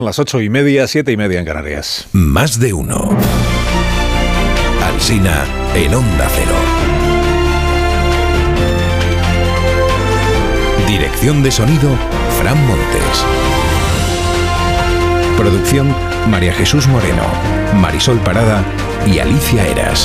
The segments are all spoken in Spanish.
Las 8:30, 7:30 en Canarias. Más de uno. Alsina en Onda Cero. Dirección de sonido, Fran Montes. Producción, María Jesús Moreno, Marisol Parada y Alicia Eras.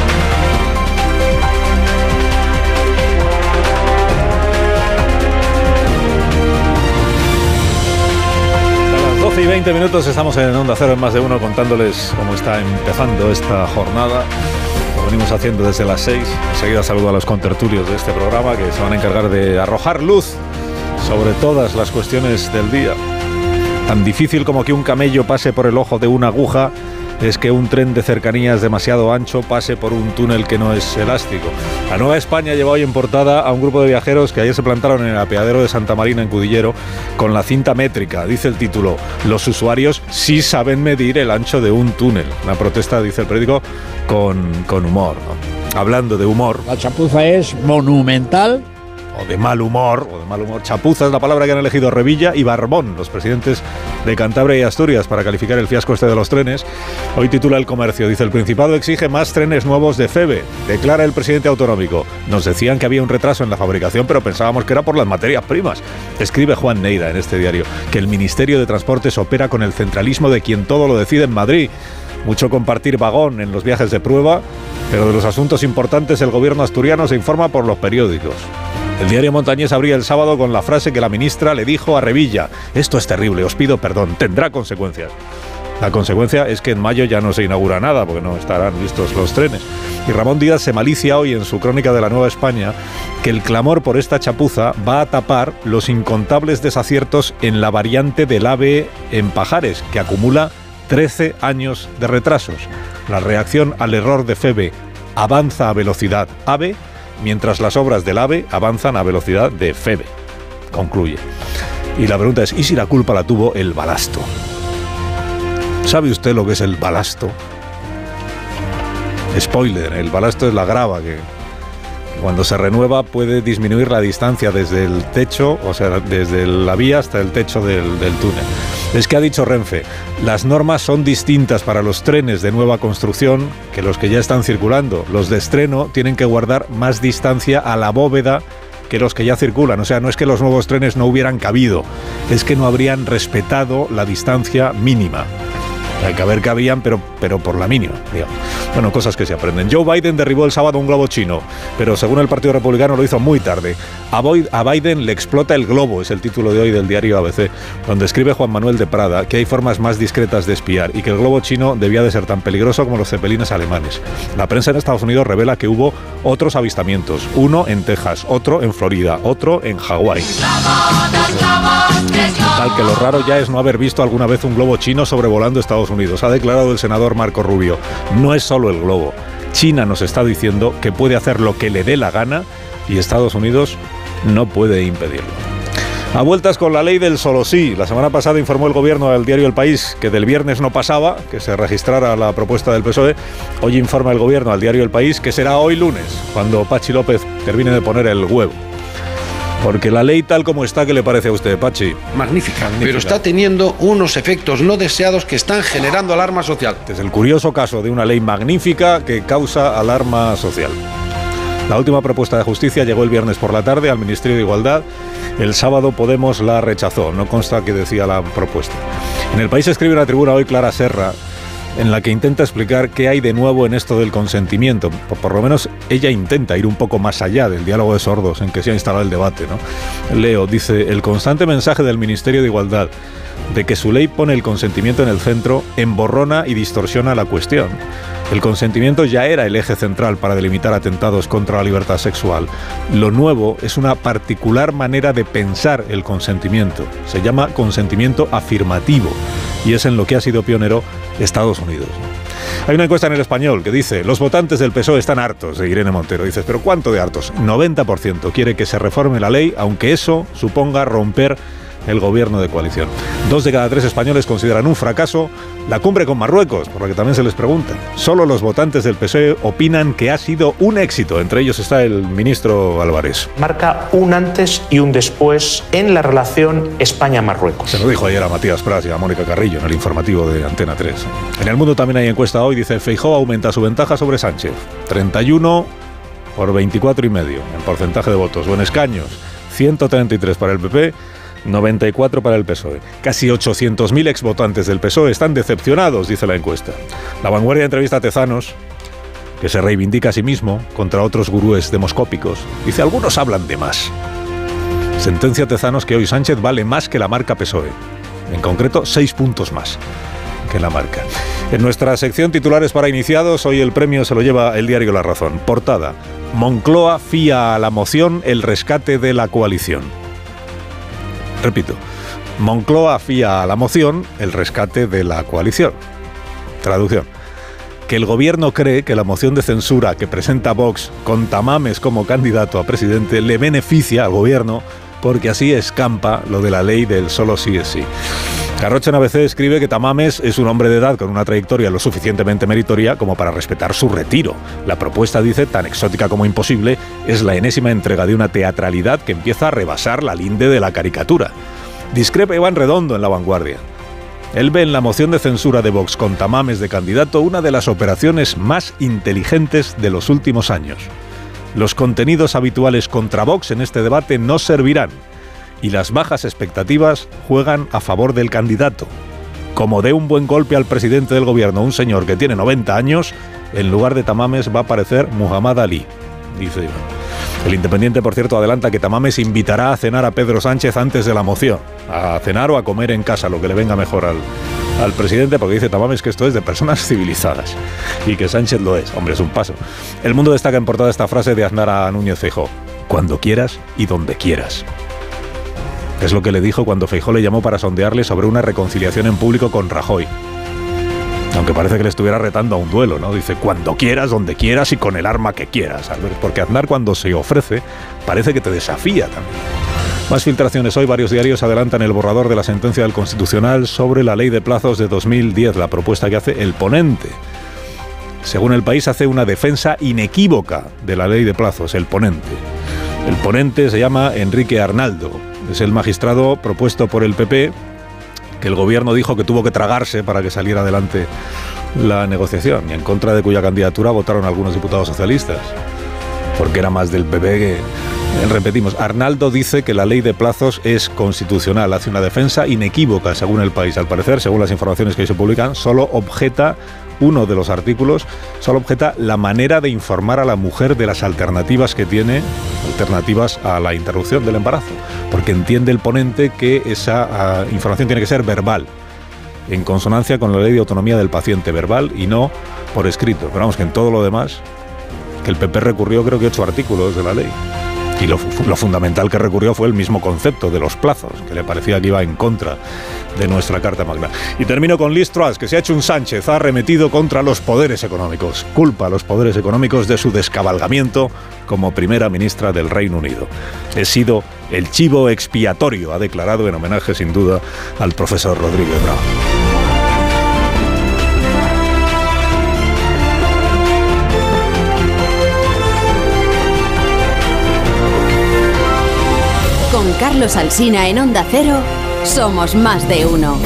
A las 12:20 estamos en Onda Cero en Más de Uno contándoles cómo está empezando esta jornada. Lo venimos haciendo desde las 6. Enseguida saludo a los contertulios de este programa que se van a encargar de arrojar luz sobre todas las cuestiones del día. Tan difícil como que un camello pase por el ojo de una aguja es que un tren de cercanías demasiado ancho pase por un túnel que no es elástico. La Nueva España lleva hoy en portada a un grupo de viajeros que ayer se plantaron en el apeadero de Santa Marina, en Cudillero, con la cinta métrica. Dice el título: los usuarios sí saben medir el ancho de un túnel. Una protesta, dice el periódico, con humor, ¿no? Hablando de humor. La chapuza es monumental. O de mal humor. Chapuza es la palabra que han elegido Revilla y Barbón, los presidentes de Cantabria y Asturias, para calificar el fiasco este de los trenes. Hoy titula El Comercio, dice: el Principado exige más trenes nuevos de FEVE. Declara el presidente autonómico: nos decían que había un retraso en la fabricación, pero pensábamos que era por las materias primas. Escribe Juan Neira en este diario que el Ministerio de Transportes opera con el centralismo de quien todo lo decide en Madrid. Mucho compartir vagón en los viajes de prueba, pero de los asuntos importantes el gobierno asturiano se informa por los periódicos. El diario Montañés abría el sábado con la frase que la ministra le dijo a Revilla: esto es terrible, os pido perdón, tendrá consecuencias. La consecuencia es que en mayo ya no se inaugura nada, porque no estarán listos los trenes. Y Ramón Díaz se malicia hoy en su crónica de la Nueva España que el clamor por esta chapuza va a tapar los incontables desaciertos en la variante del AVE en Pajares, que acumula 13 años de retrasos. La reacción al error de FEVE: avanza a velocidad AVE, mientras las obras del AVE avanzan a velocidad de FEVE. Concluye. Y la pregunta es: ¿y si la culpa la tuvo el balasto? ¿Sabe usted lo que es el balasto? Spoiler, el balasto es la grava que cuando se renueva puede disminuir la distancia desde el techo, o sea, desde la vía hasta el techo del túnel. Es que ha dicho Renfe: las normas son distintas para los trenes de nueva construcción que los que ya están circulando. Los de estreno tienen que guardar más distancia a la bóveda que los que ya circulan. O sea, no es que los nuevos trenes no hubieran cabido, es que no habrían respetado la distancia mínima. Hay que ver que habían, pero por la mínima, digamos. Bueno, cosas que se aprenden. Joe Biden derribó el sábado un globo chino, pero según el Partido Republicano lo hizo muy tarde. A Biden le explota el globo, es el título de hoy del diario ABC, donde escribe Juan Manuel de Prada que hay formas más discretas de espiar y que el globo chino debía de ser tan peligroso como los cepelines alemanes. La prensa en Estados Unidos revela que hubo otros avistamientos, uno en Texas, otro en Florida, otro en Hawái. Tal que lo raro ya es no haber visto alguna vez un globo chino sobrevolando Estados Unidos. Ha declarado el senador Marco Rubio: no es solo el globo. China nos está diciendo que puede hacer lo que le dé la gana y Estados Unidos no puede impedirlo. A vueltas con la ley del solo sí. La semana pasada informó el gobierno al diario El País que del viernes no pasaba, que se registrara la propuesta del PSOE. Hoy informa el gobierno al diario El País que será hoy lunes, cuando Pachi López termine de poner el huevo. Porque la ley tal como está, ¿qué le parece a usted, Pachi? Magnífica, pero está teniendo unos efectos no deseados que están generando alarma social. Este es el curioso caso de una ley magnífica que causa alarma social. La última propuesta de justicia llegó el viernes por la tarde al Ministerio de Igualdad. El sábado Podemos la rechazó. No consta qué decía la propuesta. En El País escribe una tribuna hoy Clara Serra, en la que intenta explicar qué hay de nuevo en esto del consentimiento. Por lo menos ella intenta ir un poco más allá del diálogo de sordos en que se ha instalado el debate, ¿no? Leo, dice: el constante mensaje del Ministerio de Igualdad de que su ley pone el consentimiento en el centro emborrona y distorsiona la cuestión. El consentimiento ya era el eje central para delimitar atentados contra la libertad sexual. Lo nuevo es una particular manera de pensar el consentimiento. Se llama consentimiento afirmativo y es en lo que ha sido pionero Estados Unidos. Hay una encuesta en El Español que dice: los votantes del PSOE están hartos de Irene Montero. Dices, ¿pero cuánto de hartos? 90% quiere que se reforme la ley, aunque eso suponga romper el gobierno de coalición. 2 de cada 3 españoles consideran un fracaso la cumbre con Marruecos, por lo que también se les pregunta. Solo los votantes del PSOE opinan que ha sido un éxito. Entre ellos está el ministro Álvarez. Marca un antes y un después en la relación España-Marruecos. Se lo dijo ayer a Matías Prats y a Mónica Carrillo en el informativo de Antena 3. En El Mundo también hay encuesta hoy, dice Feijóo aumenta su ventaja sobre Sánchez. 31 por 24,5 en porcentaje de votos o en escaños. 133 para el PP, 94 para el PSOE. Casi 800.000 exvotantes del PSOE están decepcionados, dice la encuesta. La Vanguardia entrevista a Tezanos, que se reivindica a sí mismo contra otros gurúes demoscópicos. Dice, algunos hablan de más. Sentencia Tezanos que hoy Sánchez vale más que la marca PSOE. En concreto, 6 puntos más que la marca. En nuestra sección titulares para iniciados, hoy el premio se lo lleva el diario La Razón. Portada: Moncloa fía a la moción el rescate de la coalición. Repito, Moncloa fía a la moción el rescate de la coalición. Traducción: que el gobierno cree que la moción de censura que presenta Vox con Tamames como candidato a presidente le beneficia al gobierno porque así escampa lo de la ley del solo sí es sí. Carrocha en ABC escribe que Tamames es un hombre de edad con una trayectoria lo suficientemente meritoria como para respetar su retiro. La propuesta, dice, tan exótica como imposible, es la enésima entrega de una teatralidad que empieza a rebasar la linde de la caricatura. Discrepa Iván Redondo en La Vanguardia. Él ve en la moción de censura de Vox con Tamames de candidato una de las operaciones más inteligentes de los últimos años. Los contenidos habituales contra Vox en este debate no servirán y las bajas expectativas juegan a favor del candidato. Como dé un buen golpe al presidente del gobierno, un señor que tiene 90 años, en lugar de Tamames va a aparecer Muhammad Ali, dice Iván. El Independiente, por cierto, adelanta que Tamames invitará a cenar a Pedro Sánchez antes de la moción, a cenar o a comer en casa, lo que le venga mejor al presidente, porque dice Tamames que esto es de personas civilizadas y que Sánchez lo es. Hombre, es un paso. El Mundo destaca en portada esta frase de Aznar a Núñez Feijóo: cuando quieras y donde quieras. Es lo que le dijo cuando Feijóo le llamó para sondearle sobre una reconciliación en público con Rajoy. Aunque parece que le estuviera retando a un duelo, ¿no? Dice, cuando quieras, donde quieras y con el arma que quieras, Albert. Porque Aznar, cuando se ofrece, parece que te desafía también. Más filtraciones hoy. Varios diarios adelantan el borrador de la sentencia del Constitucional sobre la ley de plazos de 2010, la propuesta que hace el ponente. Según El País, hace una defensa inequívoca de la ley de plazos, el ponente. El ponente se llama Enrique Arnaldo. Es el magistrado propuesto por el PP, que el gobierno dijo que tuvo que tragarse para que saliera adelante la negociación, y en contra de cuya candidatura votaron algunos diputados socialistas, porque era más del PP que... Repetimos, Arnaldo dice que la ley de plazos es constitucional, hace una defensa inequívoca, según El País. Al parecer, según las informaciones que hoy se publican, solo objeta uno de los artículos, solo objeta la manera de informar a la mujer de las alternativas que tiene, alternativas a la interrupción del embarazo, porque entiende el ponente que esa información tiene que ser verbal, en consonancia con la ley de autonomía del paciente, verbal y no por escrito. Pero vamos, que en todo lo demás, que el PP recurrió creo que 8 artículos de la ley. Y lo fundamental que recurrió fue el mismo concepto de los plazos, que le parecía que iba en contra de nuestra Carta Magna. Y termino con Liz Truss, que se ha hecho un Sánchez, ha arremetido contra los poderes económicos. Culpa a los poderes económicos de su descabalgamiento como primera ministra del Reino Unido. He sido el chivo expiatorio, ha declarado, en homenaje sin duda al profesor Rodríguez Brown. Con Carlos Alsina en Onda Cero, somos más de uno.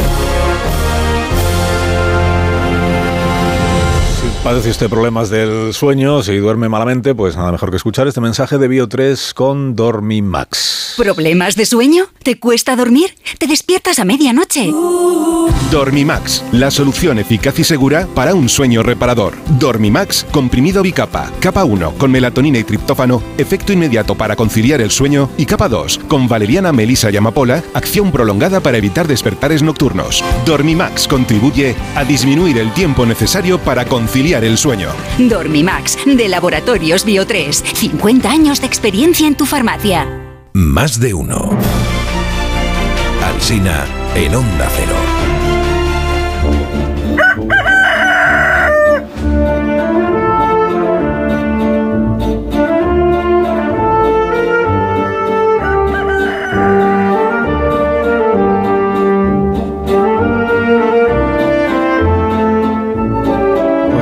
Si padece usted problemas del sueño, si duerme malamente, pues nada mejor que escuchar este mensaje de Bio3 con Dormimax. ¿Problemas de sueño? ¿Te cuesta dormir? ¿Te despiertas a medianoche? Dormimax, la solución eficaz y segura para un sueño reparador. Dormimax, comprimido bicapa, capa 1 con melatonina y triptófano, efecto inmediato para conciliar el sueño, y capa 2 con valeriana, melisa y amapola, acción prolongada para evitar despertares nocturnos. Dormimax contribuye a disminuir el tiempo necesario para conciliar el sueño. Dormimax, de Laboratorios Bio3, 50 años de experiencia en tu farmacia. Más de uno. Alsina en Onda Cero.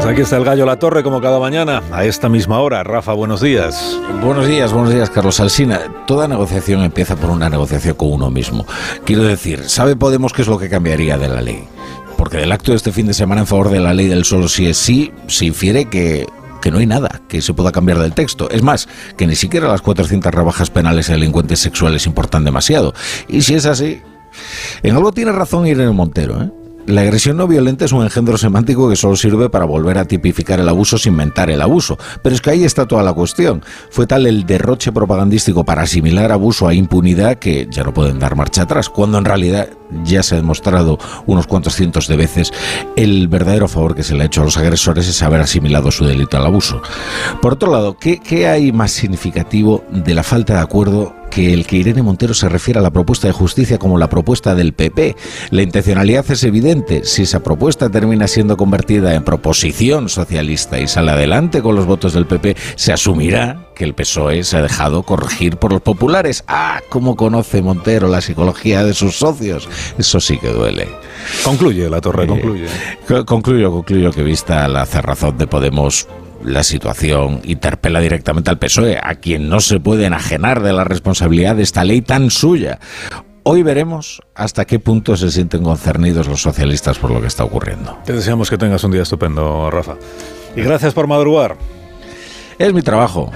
Pues aquí está el Gallo La Torre, como cada mañana, a esta misma hora. Rafa, buenos días. Buenos días, Carlos Alsina. Toda negociación empieza por una negociación con uno mismo. Quiero decir, ¿sabe Podemos qué es lo que cambiaría de la ley? Porque del acto de este fin de semana en favor de la ley del solo sí es sí, se infiere que no hay nada que se pueda cambiar del texto. Es más, que ni siquiera las 400 rebajas penales a delincuentes sexuales importan demasiado. Y si es así, en algo tiene razón Irene Montero, ¿eh? La agresión no violenta es un engendro semántico que solo sirve para volver a tipificar el abuso sin mentar el abuso. Pero es que ahí está toda la cuestión. Fue tal el derroche propagandístico para asimilar abuso a impunidad que ya no pueden dar marcha atrás, cuando en realidad ya se ha demostrado unos cuantos cientos de veces el verdadero favor que se le ha hecho a los agresores es haber asimilado su delito al abuso. Por otro lado, ¿qué hay más significativo de la falta de acuerdo que el que Irene Montero se refiere a la propuesta de justicia como la propuesta del PP? La intencionalidad es evidente. Si esa propuesta termina siendo convertida en proposición socialista y sale adelante con los votos del PP, se asumirá que el PSOE se ha dejado corregir por los populares. ¡Ah! ¿Cómo conoce Montero la psicología de sus socios? Eso sí que duele. Concluye, La Torre, concluye. Concluyo que vista la cerrazón de Podemos, la situación interpela directamente al PSOE, a quien no se puede enajenar de la responsabilidad de esta ley tan suya. Hoy veremos hasta qué punto se sienten concernidos los socialistas por lo que está ocurriendo. Te deseamos que tengas un día estupendo, Rafa. Y gracias por madrugar. Es mi trabajo.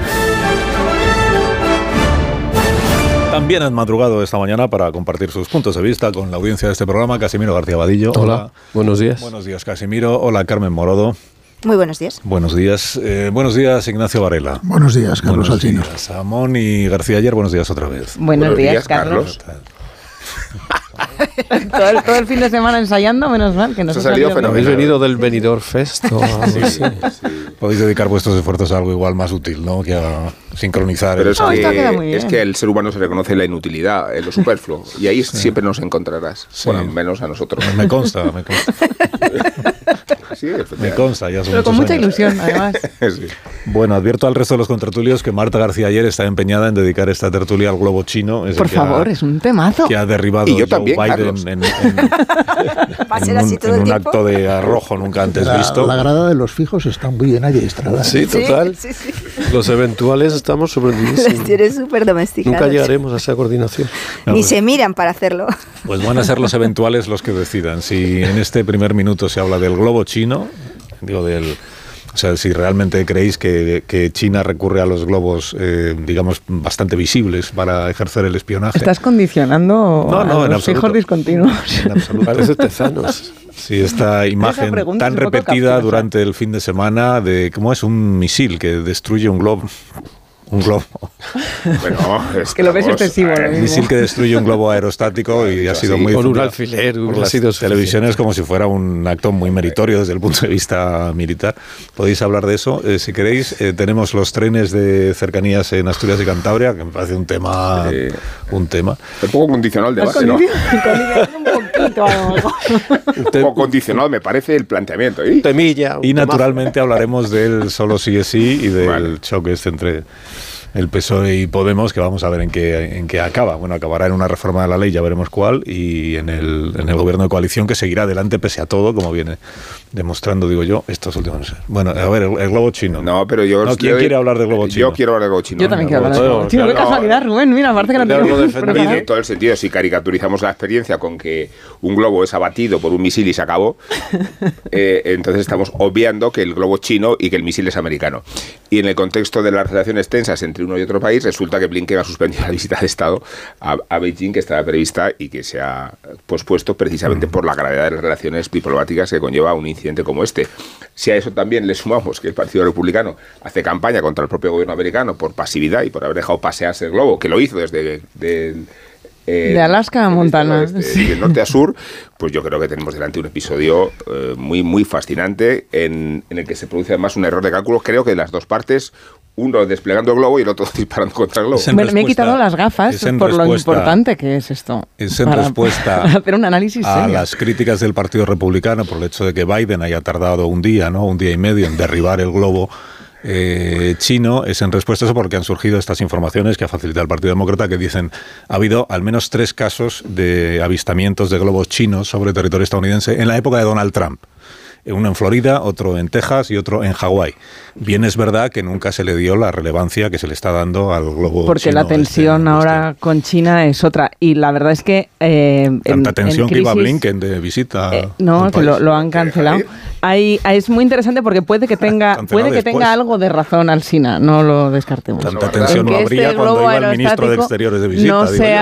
También han madrugado esta mañana para compartir sus puntos de vista con la audiencia de este programa, Casimiro García Vadillo. Hola, buenos días. Buenos días, Casimiro. Hola, Carmen Morodo. Muy buenos días. Buenos días. Buenos días, Ignacio Varela. Buenos días, Carlos Alsina. Buenos días, Amón y García Ayer. Buenos días otra vez. Buenos días, Carlos. todo el fin de semana ensayando, menos mal que no se ha salido. ¿Habéis venido del Benidorm Fest o algo así? Sí. Podéis dedicar vuestros esfuerzos a algo igual más útil, ¿no? Que a sincronizar. Pero es que el ser humano se reconoce en la inutilidad, en lo superfluo, y ahí siempre nos encontrarás. Sí. Bueno, menos a nosotros. Me consta. Sí, me consta, ya son pero con mucha ilusión, además. Sí. Bueno, advierto al resto de los contertulios que Marta García Ayer está empeñada en dedicar esta tertulia al globo chino. Por favor, es un temazo. Que ha derribado y yo Joe también, Biden en un acto de arrojo nunca antes visto. La grada de los fijos está muy bien adiestrada. Sí, total. Sí. Los eventuales estamos sorprendidos. Los tienes súper domesticados. Nunca llegaremos a esa coordinación. Ni se miran para hacerlo. Pues van a ser los eventuales los que decidan. Si en este primer minuto se habla del globo chino, o sea, si realmente creéis que China recurre a los globos, digamos, bastante visibles para ejercer el espionaje. Estás condicionando a los fijos discontinuos. En absoluto. Parece Tezanos. Sí, esta imagen tan repetida durante el fin de semana de cómo es un misil que destruye un globo. Bueno, es que lo ves excesivo. Un misil que destruye un globo aerostático y ha sido muy... Con un alfiler, por las televisiones como si fuera un acto muy meritorio desde el punto de vista militar. Podéis hablar de eso. Si queréis, tenemos los trenes de cercanías en Asturias y Cantabria, que me parece un tema... Un poco condicional de base, ¿no? Un poco condicional me parece el planteamiento. Temilla. Y naturalmente hablaremos del solo sí es sí y del choque entre el PSOE y Podemos, que vamos a ver en qué acaba. Bueno, acabará en una reforma de la ley, ya veremos cuál, y en el gobierno de coalición que seguirá adelante pese a todo, como viene demostrando, digo yo, estos últimos meses. Bueno, a ver, el globo chino. No, pero yo... No, ¿quién quiere hablar del globo chino? Yo quiero hablar del globo chino. Yo también quiero hablar del globo chino. Qué casualidad, Rubén, mira, aparte que no tengo... En todo el sentido, si caricaturizamos la experiencia con que un globo es abatido por un misil y se acabó, entonces estamos obviando que el globo es chino y que el misil es americano. Y en el contexto de las relaciones tensas entre uno y otro país, resulta que Blinken ha suspendido la visita de Estado a Beijing, que estaba prevista y que se ha pospuesto precisamente por la gravedad de las relaciones diplomáticas que conlleva un incidente como este. Si a eso también le sumamos que el Partido Republicano hace campaña contra el propio gobierno americano por pasividad y por haber dejado pasearse el globo, que lo hizo desde... de Alaska a Montana, de norte a sur, pues yo creo que tenemos delante un episodio muy, muy fascinante en el que se produce además un error de cálculo, creo que de las dos partes, uno desplegando el globo y el otro disparando contra el globo. Me he quitado las gafas por lo importante que es esto. Es en respuesta para hacer un análisis a serio. Las críticas del Partido Republicano por el hecho de que Biden haya tardado un día y medio en derribar el globo chino. Es en respuesta a eso porque han surgido estas informaciones que ha facilitado el Partido Demócrata que dicen ha habido al menos 3 casos de avistamientos de globos chinos sobre territorio estadounidense en la época de Donald Trump. uno en Florida, otro en Texas y otro en Hawái. Bien es verdad que nunca se le dio la relevancia que se le está dando al globo porque chino. La tensión ahora con China es otra. Y la verdad es que... tanta tensión en que iba crisis, Blinken de visita. No, que lo han cancelado. Es muy interesante porque puede que tenga algo de razón Alsina, no lo descartemos. Tanta tensión no habría cuando iba el ministro de Exteriores de visita.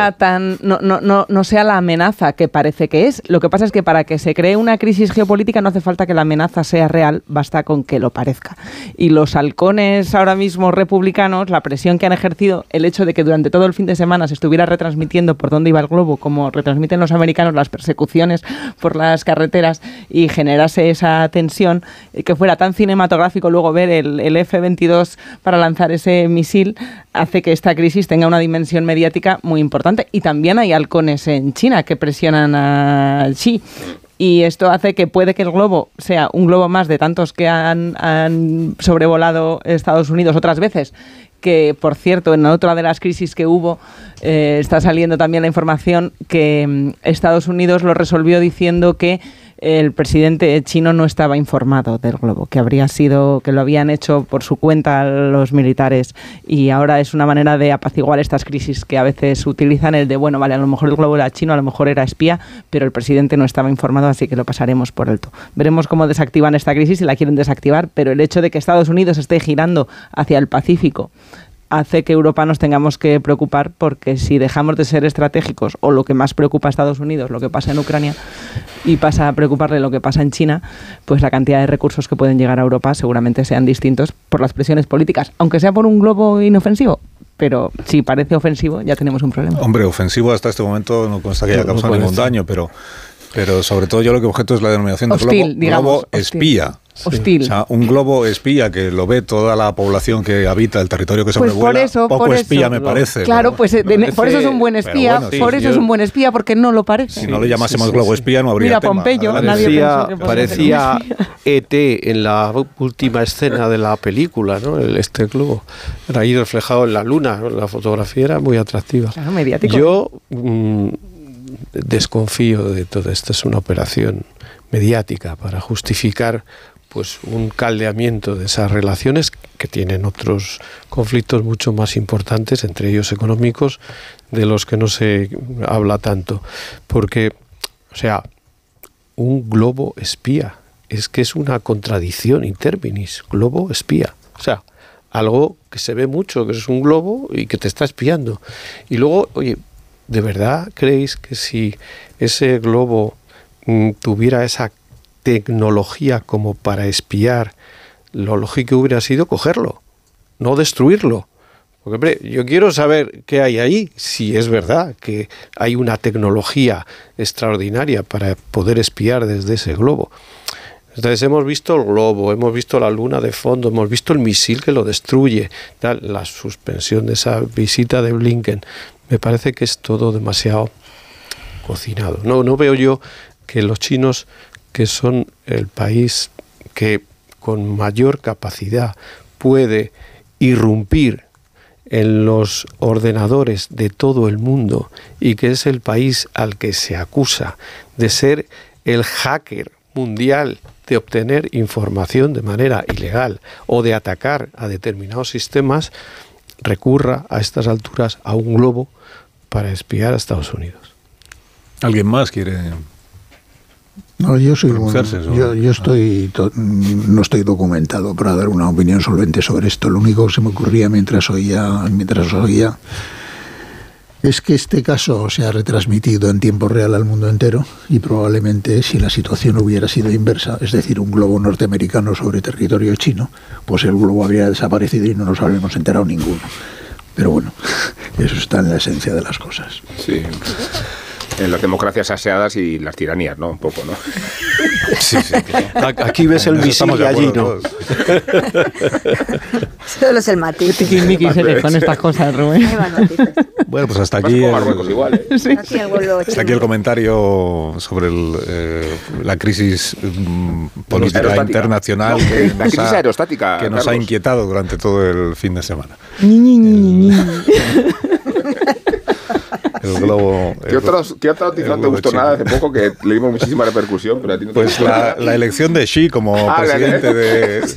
No sea la amenaza que parece que es. Lo que pasa es que para que se cree una crisis geopolítica no hace falta que la amenaza sea real, basta con que lo parezca. Y los halcones ahora mismo republicanos, la presión que han ejercido, el hecho de que durante todo el fin de semana se estuviera retransmitiendo por dónde iba el globo, como retransmiten los americanos, las persecuciones por las carreteras, y generase esa tensión, que fuera tan cinematográfico luego ver el F-22 para lanzar ese misil, hace que esta crisis tenga una dimensión mediática muy importante. Y también hay halcones en China que presionan a Xi. Y esto hace que puede que el globo sea un globo más de tantos que han sobrevolado Estados Unidos otras veces, que, por cierto, en otra de las crisis que hubo, está saliendo también la información que Estados Unidos lo resolvió diciendo que el presidente chino no estaba informado del globo, que lo habían hecho por su cuenta los militares, y ahora es una manera de apaciguar estas crisis que a veces utilizan, el de, bueno, vale, a lo mejor el globo era chino, a lo mejor era espía, pero el presidente no estaba informado, así que lo pasaremos por alto. Veremos cómo desactivan esta crisis, si la quieren desactivar, pero el hecho de que Estados Unidos esté girando hacia el Pacífico hace que Europa nos tengamos que preocupar, porque si dejamos de ser estratégicos, o lo que más preocupa a Estados Unidos, lo que pasa en Ucrania, y pasa a preocuparle lo que pasa en China, pues la cantidad de recursos que pueden llegar a Europa seguramente sean distintos por las presiones políticas, aunque sea por un globo inofensivo. Pero si parece ofensivo, ya tenemos un problema. Hombre, ofensivo hasta este momento no consta que haya causado ningún daño, pero sobre todo yo lo que objeto es la denominación de globo espía. Hostil. O sea, un globo espía que lo ve toda la población que habita el territorio que sobrevuela, poco espía me parece. Claro, pues por eso es un buen espía, es un buen espía, porque no lo parece. Si no le llamásemos globo espía no habría tema. Pompeyo, parecía ET en la última escena de la película, ¿no? Este globo era ahí reflejado en la luna, la fotografía era muy atractiva. Claro, mediático. Yo desconfío de todo esto, es una operación mediática para justificar pues un caldeamiento de esas relaciones que tienen otros conflictos mucho más importantes, entre ellos económicos, de los que no se habla tanto. Porque, o sea, un globo espía, es que es una contradicción in terminis, globo espía. O sea, algo que se ve mucho, que es un globo y que te está espiando. Y luego, oye, ¿de verdad creéis que si ese globo tuviera esa tecnología como para espiar, lo lógico hubiera sido cogerlo, no destruirlo? Porque, hombre, yo quiero saber qué hay ahí, si es verdad que hay una tecnología extraordinaria para poder espiar desde ese globo. Entonces hemos visto el globo, hemos visto la luna de fondo, hemos visto el misil que lo destruye, la suspensión de esa visita de Blinken. Me parece que es todo demasiado cocinado. No veo yo que los chinos, que son el país que con mayor capacidad puede irrumpir en los ordenadores de todo el mundo y que es el país al que se acusa de ser el hacker mundial, de obtener información de manera ilegal o de atacar a determinados sistemas, recurra a estas alturas a un globo para espiar a Estados Unidos. ¿Alguien más quiere...? No, yo no estoy documentado para dar una opinión solvente sobre esto. Lo único que se me ocurría mientras os oía es que este caso se ha retransmitido en tiempo real al mundo entero, y probablemente si la situación hubiera sido inversa, es decir, un globo norteamericano sobre territorio chino, pues el globo habría desaparecido y no nos habríamos enterado ninguno. Pero bueno, eso está en la esencia de las cosas. Sí. En las democracias aseadas y las tiranías, ¿no? Un poco, ¿no? Sí. Aquí ves el misil y allí no. Solo es el matiz. Tiquismiquis con estas cosas, Rubén. Bueno, pues hasta aquí el comentario sobre la crisis política internacional la crisis aerostática que nos ha inquietado durante todo el fin de semana. el globo. ¿Qué otra noticia no te gustó nada hace poco que le dimos muchísima repercusión, pero a ti no te Pues la elección de Xi como presidente del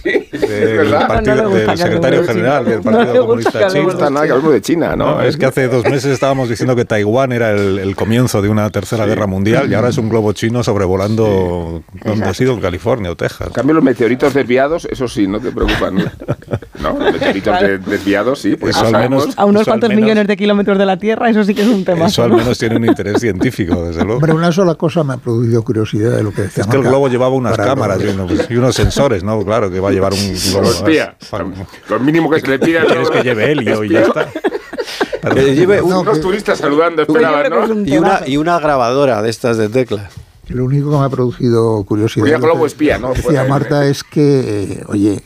secretario general del Partido Comunista Chino. No gusta nada que hablemos de China, ¿no? Es que hace 2 meses estábamos diciendo que Taiwán era el comienzo de una tercera guerra mundial y ahora es un globo chino sobrevolando, ¿dónde ha sido? California o Texas. En cambio, los meteoritos desviados, eso sí, no te preocupan, ¿no? Los meteoritos desviados, sí. Pues eso al menos, a unos cuantos millones de kilómetros de la Tierra, eso sí que es un tema. Eso al menos tiene un interés científico, desde luego. Hombre, una sola cosa me ha producido curiosidad de lo que decía. Es que el globo llevaba unas cámaras y unos sensores, ¿no? Claro, que va a llevar un globo. Lo espía. Lo mínimo que se le pide es que lleve helio y ya está. Que lleve unos turistas saludando, esperaban, ¿no? Y una grabadora de estas de teclas. Lo único que me ha producido curiosidad. Un globo espía, ¿no? Decía Marta es que,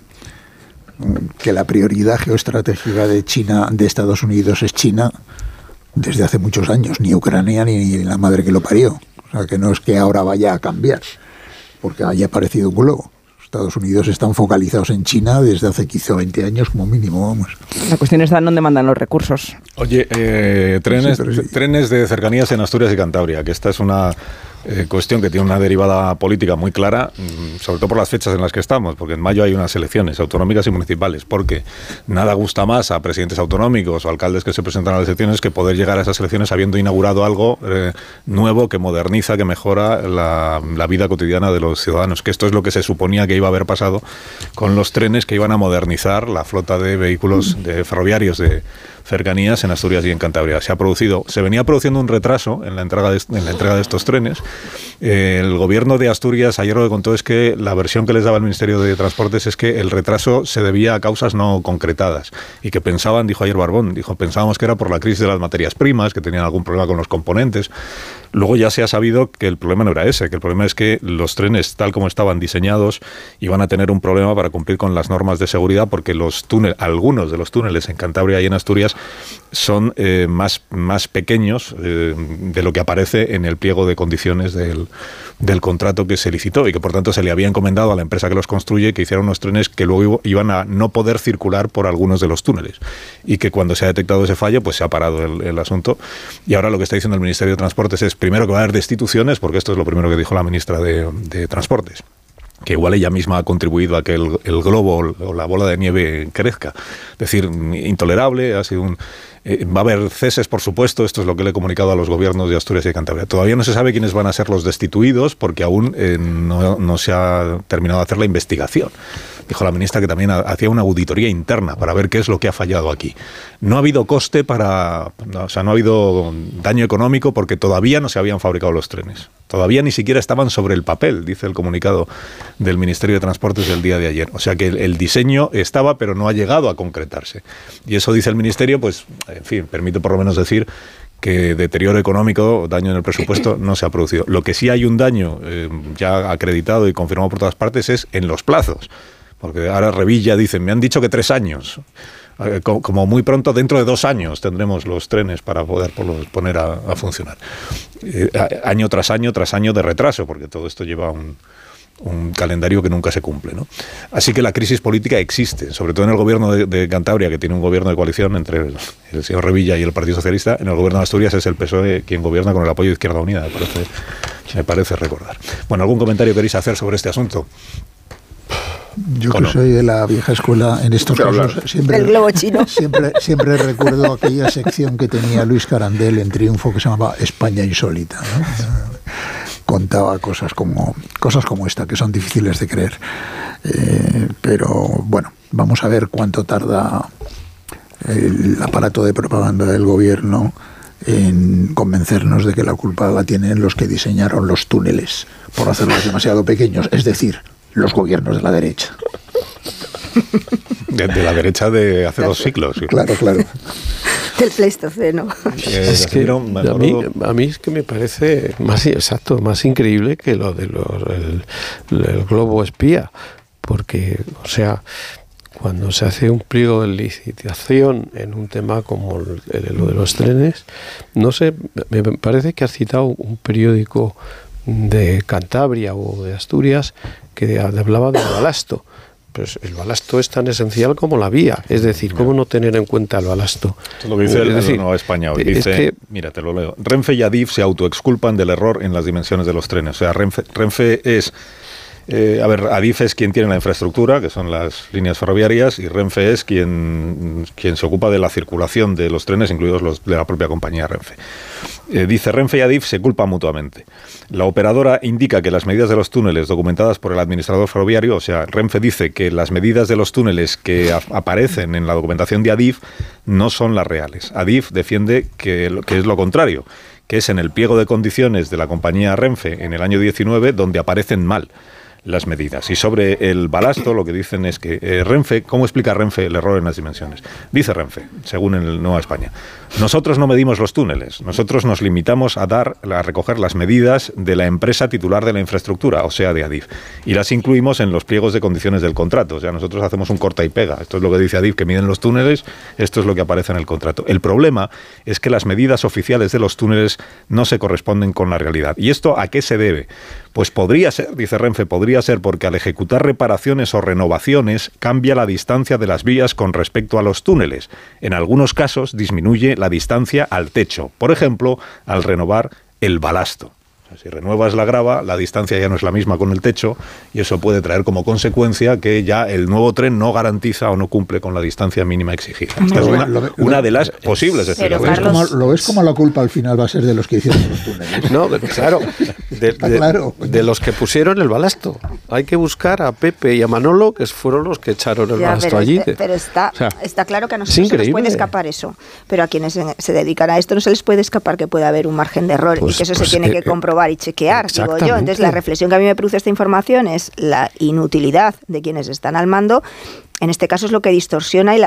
que la prioridad geoestratégica de China, de Estados Unidos, es China desde hace muchos años, ni Ucrania ni la madre que lo parió. O sea, que no es que ahora vaya a cambiar, porque haya aparecido un globo. Estados Unidos están focalizados en China desde hace quizá 20 años como mínimo, vamos. La cuestión está en dónde mandan los recursos. Oye, trenes de cercanías en Asturias y Cantabria, que esta es una cuestión que tiene una derivada política muy clara, sobre todo por las fechas en las que estamos, porque en mayo hay unas elecciones autonómicas y municipales, porque nada gusta más a presidentes autonómicos o alcaldes que se presentan a las elecciones que poder llegar a esas elecciones habiendo inaugurado algo nuevo que moderniza, que mejora la vida cotidiana de los ciudadanos, que esto es lo que se suponía que iba a haber pasado con los trenes que iban a modernizar la flota de vehículos ferroviarios de cercanías en Asturias y en Cantabria. Se venía produciendo un retraso en la entrega de estos trenes. El gobierno de Asturias ayer lo que contó es que la versión que les daba el Ministerio de Transportes es que el retraso se debía a causas no concretadas y que pensaban, dijo ayer Barbón, pensábamos que era por la crisis de las materias primas, que tenían algún problema con los componentes. Luego ya se ha sabido que el problema no era ese, que el problema es que los trenes, tal como estaban diseñados, iban a tener un problema para cumplir con las normas de seguridad, porque algunos de los túneles en Cantabria y en Asturias son más pequeños de lo que aparece en el pliego de condiciones del contrato que se licitó y que por tanto se le había encomendado a la empresa que los construye que hiciera unos trenes que luego iban a no poder circular por algunos de los túneles y que cuando se ha detectado ese fallo pues se ha parado el asunto y ahora lo que está diciendo el Ministerio de Transportes es primero que va a haber destituciones, porque esto es lo primero que dijo la ministra de Transportes, que igual ella misma ha contribuido a que el globo o la bola de nieve crezca. Es decir, intolerable, ha sido va a haber ceses, por supuesto, esto es lo que le he comunicado a los gobiernos de Asturias y de Cantabria. Todavía no se sabe quiénes van a ser los destituidos porque aún no se ha terminado de hacer la investigación. Dijo la ministra que también hacía una auditoría interna para ver qué es lo que ha fallado aquí. No ha habido coste no ha habido daño económico porque todavía no se habían fabricado los trenes. Todavía ni siquiera estaban sobre el papel, dice el comunicado del Ministerio de Transportes del día de ayer. O sea que el diseño estaba, pero no ha llegado a concretarse. Y eso dice el Ministerio, pues, en fin, permite por lo menos decir que deterioro económico, daño en el presupuesto, no se ha producido. Lo que sí hay un daño ya acreditado y confirmado por todas partes es en los plazos. Porque ahora Revilla dicen, me han dicho que 3 años. Como muy pronto, dentro de 2 años, tendremos los trenes para poder poner a funcionar. Año tras año de retraso, porque todo esto lleva un calendario que nunca se cumple, ¿no? Así que la crisis política existe, sobre todo en el gobierno de Cantabria, que tiene un gobierno de coalición entre el señor Revilla y el Partido Socialista. En el gobierno de Asturias es el PSOE quien gobierna con el apoyo de Izquierda Unida, me parece recordar. Bueno, ¿algún comentario queréis hacer sobre este asunto? Yo que soy de la vieja escuela en estos casos, siempre, el globo chino. Siempre recuerdo aquella sección que tenía Luis Carandel en Triunfo que se llamaba España Insólita, ¿no? Contaba cosas como esta, que son difíciles de creer. Pero bueno, vamos a ver cuánto tarda el aparato de propaganda del gobierno en convencernos de que la culpa la tienen los que diseñaron los túneles por hacerlos demasiado pequeños, es decir, los gobiernos de la derecha. De la derecha de hace 2 siglos. Sí. Claro. Del Pleistoceno. Es que a mí es que me parece más increíble que lo de el globo espía. Porque, o sea, cuando se hace un pliego de licitación en un tema como lo de los trenes, no sé, me parece que has citado un periódico de Cantabria o de Asturias que hablaba de balasto, pues el balasto es tan esencial como la vía. Es decir, ¿cómo no tener en cuenta el balasto? Esto es lo que dice el Nueva España hoy. Dice, mira, te lo leo. Renfe y Adif se autoexculpan del error en las dimensiones de los trenes. O sea, Renfe es... Adif es quien tiene la infraestructura, que son las líneas ferroviarias, y Renfe es quien se ocupa de la circulación de los trenes, incluidos los de la propia compañía Renfe. Dice, Renfe y Adif se culpan mutuamente. La operadora indica que las medidas de los túneles documentadas por el administrador ferroviario, o sea, Renfe dice que las medidas de los túneles que aparecen en la documentación de Adif no son las reales. Adif defiende que es lo contrario, que es en el pliego de condiciones de la compañía Renfe en el año 19 donde aparecen mal las medidas. Y sobre el balasto lo que dicen es que Renfe, ¿cómo explica Renfe el error en las dimensiones? Dice Renfe, según el Nueva España, nosotros no medimos los túneles, nosotros nos limitamos a recoger las medidas de la empresa titular de la infraestructura, o sea, de Adif, y las incluimos en los pliegos de condiciones del contrato. O sea, nosotros hacemos un corta y pega. Esto es lo que dice Adif, que miden los túneles, esto es lo que aparece en el contrato. El problema es que las medidas oficiales de los túneles no se corresponden con la realidad. ¿Y esto a qué se debe? Pues podría ser, dice Renfe, podría ser porque al ejecutar reparaciones o renovaciones cambia la distancia de las vías con respecto a los túneles. En algunos casos disminuye la distancia al techo, por ejemplo, al renovar el balasto. O sea, si renuevas la grava, la distancia ya no es la misma con el techo y eso puede traer como consecuencia que ya el nuevo tren no garantiza o no cumple con la distancia mínima exigida. Esta es una de las posibles explicaciones. ¿Lo ves como la culpa al final va a ser de los que hicieron los túneles? No, claro. De los que pusieron el balasto. Hay que buscar a Pepe y a Manolo, que fueron los que echaron el balasto allí. Pero está claro que a nosotros se nos puede escapar eso. Pero a quienes se dedican a esto no se les puede escapar que puede haber un margen de error y que eso se tiene que comprobar y chequear, digo yo. Entonces la reflexión que a mí me produce esta información es la inutilidad de quienes están al mando. En este caso es lo que distorsiona y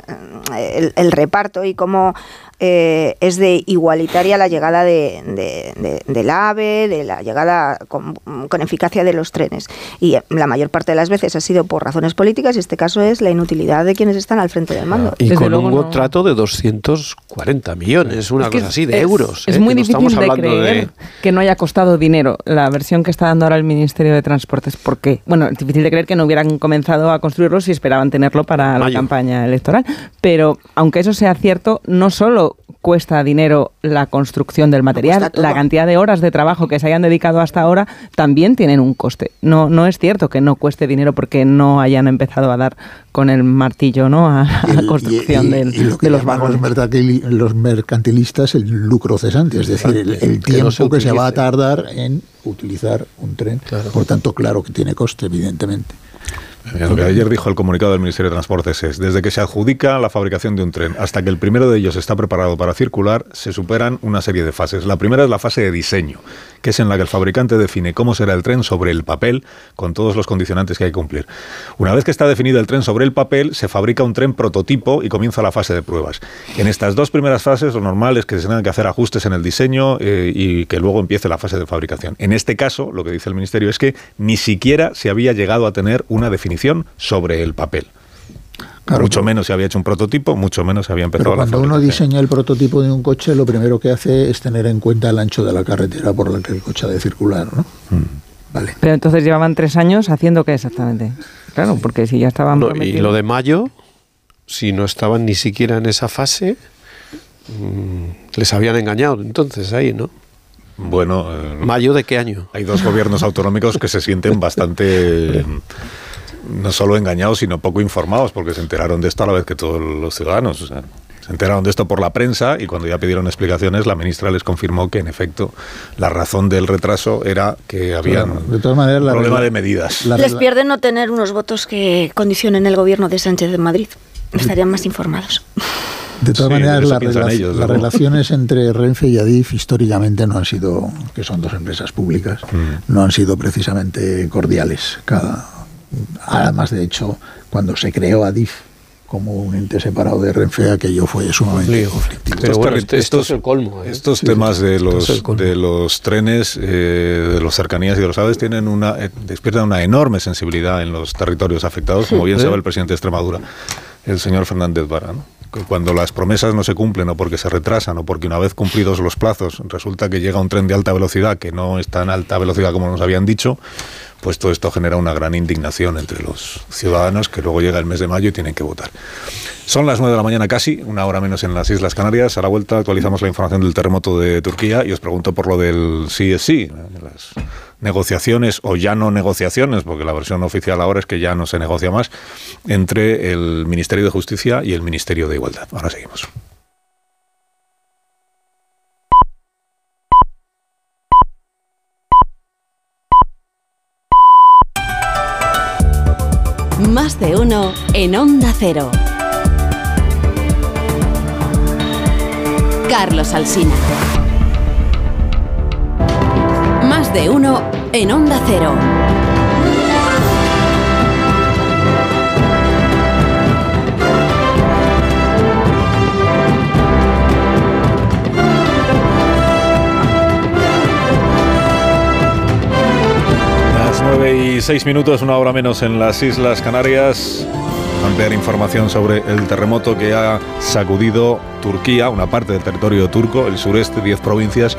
el reparto y cómo es de igualitaria la llegada del AVE, de la llegada con eficacia de los trenes. Y la mayor parte de las veces ha sido por razones políticas y este caso es la inutilidad de quienes están al frente del mando. Y con un contrato de 240 millones, una cosa así, de euros. Es muy difícil de creer que no haya costado dinero la versión que está dando ahora el Ministerio de Transportes. ¿Por qué? Bueno, es difícil de creer que no hubieran comenzado a construirlo si esperaban tenerlo para la campaña electoral. Pero aunque eso sea cierto, no solo cuesta dinero la construcción del material, la cantidad de horas de trabajo que se hayan dedicado hasta ahora también tienen un coste. No es cierto que no cueste dinero porque no hayan empezado a dar con el martillo, ¿no?, a la construcción de los vagones. Los mercantilistas el lucro cesante, es decir, el tiempo que se va a tardar en utilizar un tren. Claro. Por tanto, claro que tiene coste, evidentemente. Lo que ayer dijo el comunicado del Ministerio de Transportes es: desde que se adjudica la fabricación de un tren hasta que el primero de ellos está preparado para circular, se superan una serie de fases. La primera es la fase de diseño, que es en la que el fabricante define cómo será el tren sobre el papel, con todos los condicionantes que hay que cumplir. Una vez que está definido el tren sobre el papel, se fabrica un tren prototipo y comienza la fase de pruebas. En estas dos primeras fases, lo normal es que se tengan que hacer ajustes en el diseño y que luego empiece la fase de fabricación. En este caso, lo que dice el Ministerio es que ni siquiera se había llegado a tener una definición sobre el papel. Claro, mucho menos se había hecho un prototipo, mucho menos se había empezado la fabricación. Cuando uno diseña el prototipo de un coche, lo primero que hace es tener en cuenta el ancho de la carretera por la que el coche ha de circular, ¿no? Vale. Pero entonces llevaban 3 años haciendo ¿qué exactamente? Claro, porque si ya estaban y lo de Mayo, si no estaban ni siquiera en esa fase, les habían engañado entonces ahí, ¿no? Bueno, ¿Mayo de qué año? Hay dos gobiernos autonómicos que se sienten bastante no solo engañados, sino poco informados, porque se enteraron de esto a la vez que todos los ciudadanos. O sea, se enteraron de esto por la prensa y cuando ya pidieron explicaciones, la ministra les confirmó que, en efecto, la razón del retraso era que había un problema de medidas. Les pierde no tener unos votos que condicionen el gobierno de Sánchez en Madrid. Estarían más informados. De todas maneras, las relaciones entre Renfe y Adif históricamente no han sido, que son dos empresas públicas, no han sido precisamente cordiales. Además, de hecho, cuando se creó Adif como un ente separado de Renfe, aquello fue sumamente conflictivo. Pero bueno, esto es el colmo. Estos temas de los trenes, de las cercanías y de los aves despiertan una enorme sensibilidad en los territorios afectados, como bien sabe el presidente de Extremadura, el señor Fernández Vara, ¿no? cuando las promesas no se cumplen o porque se retrasan o porque una vez cumplidos los plazos resulta que llega un tren de alta velocidad que no es tan alta velocidad como nos habían dicho, pues todo esto genera una gran indignación entre los ciudadanos que luego llega el mes de mayo y tienen que votar. Son las 9 de la mañana casi, una hora menos en las Islas Canarias. A la vuelta actualizamos la información del terremoto de Turquía y os pregunto por lo del sí es sí, las negociaciones o ya no negociaciones, porque la versión oficial ahora es que ya no se negocia más, entre el Ministerio de Justicia y el Ministerio de Igualdad. Ahora seguimos. Más de uno en Onda Cero. Carlos Alsina. Más de uno en Onda Cero. Las 9:06, una hora menos en las Islas Canarias. Ampliar información sobre el terremoto que ha sacudido Turquía, una parte del territorio turco, el sureste, 10 provincias,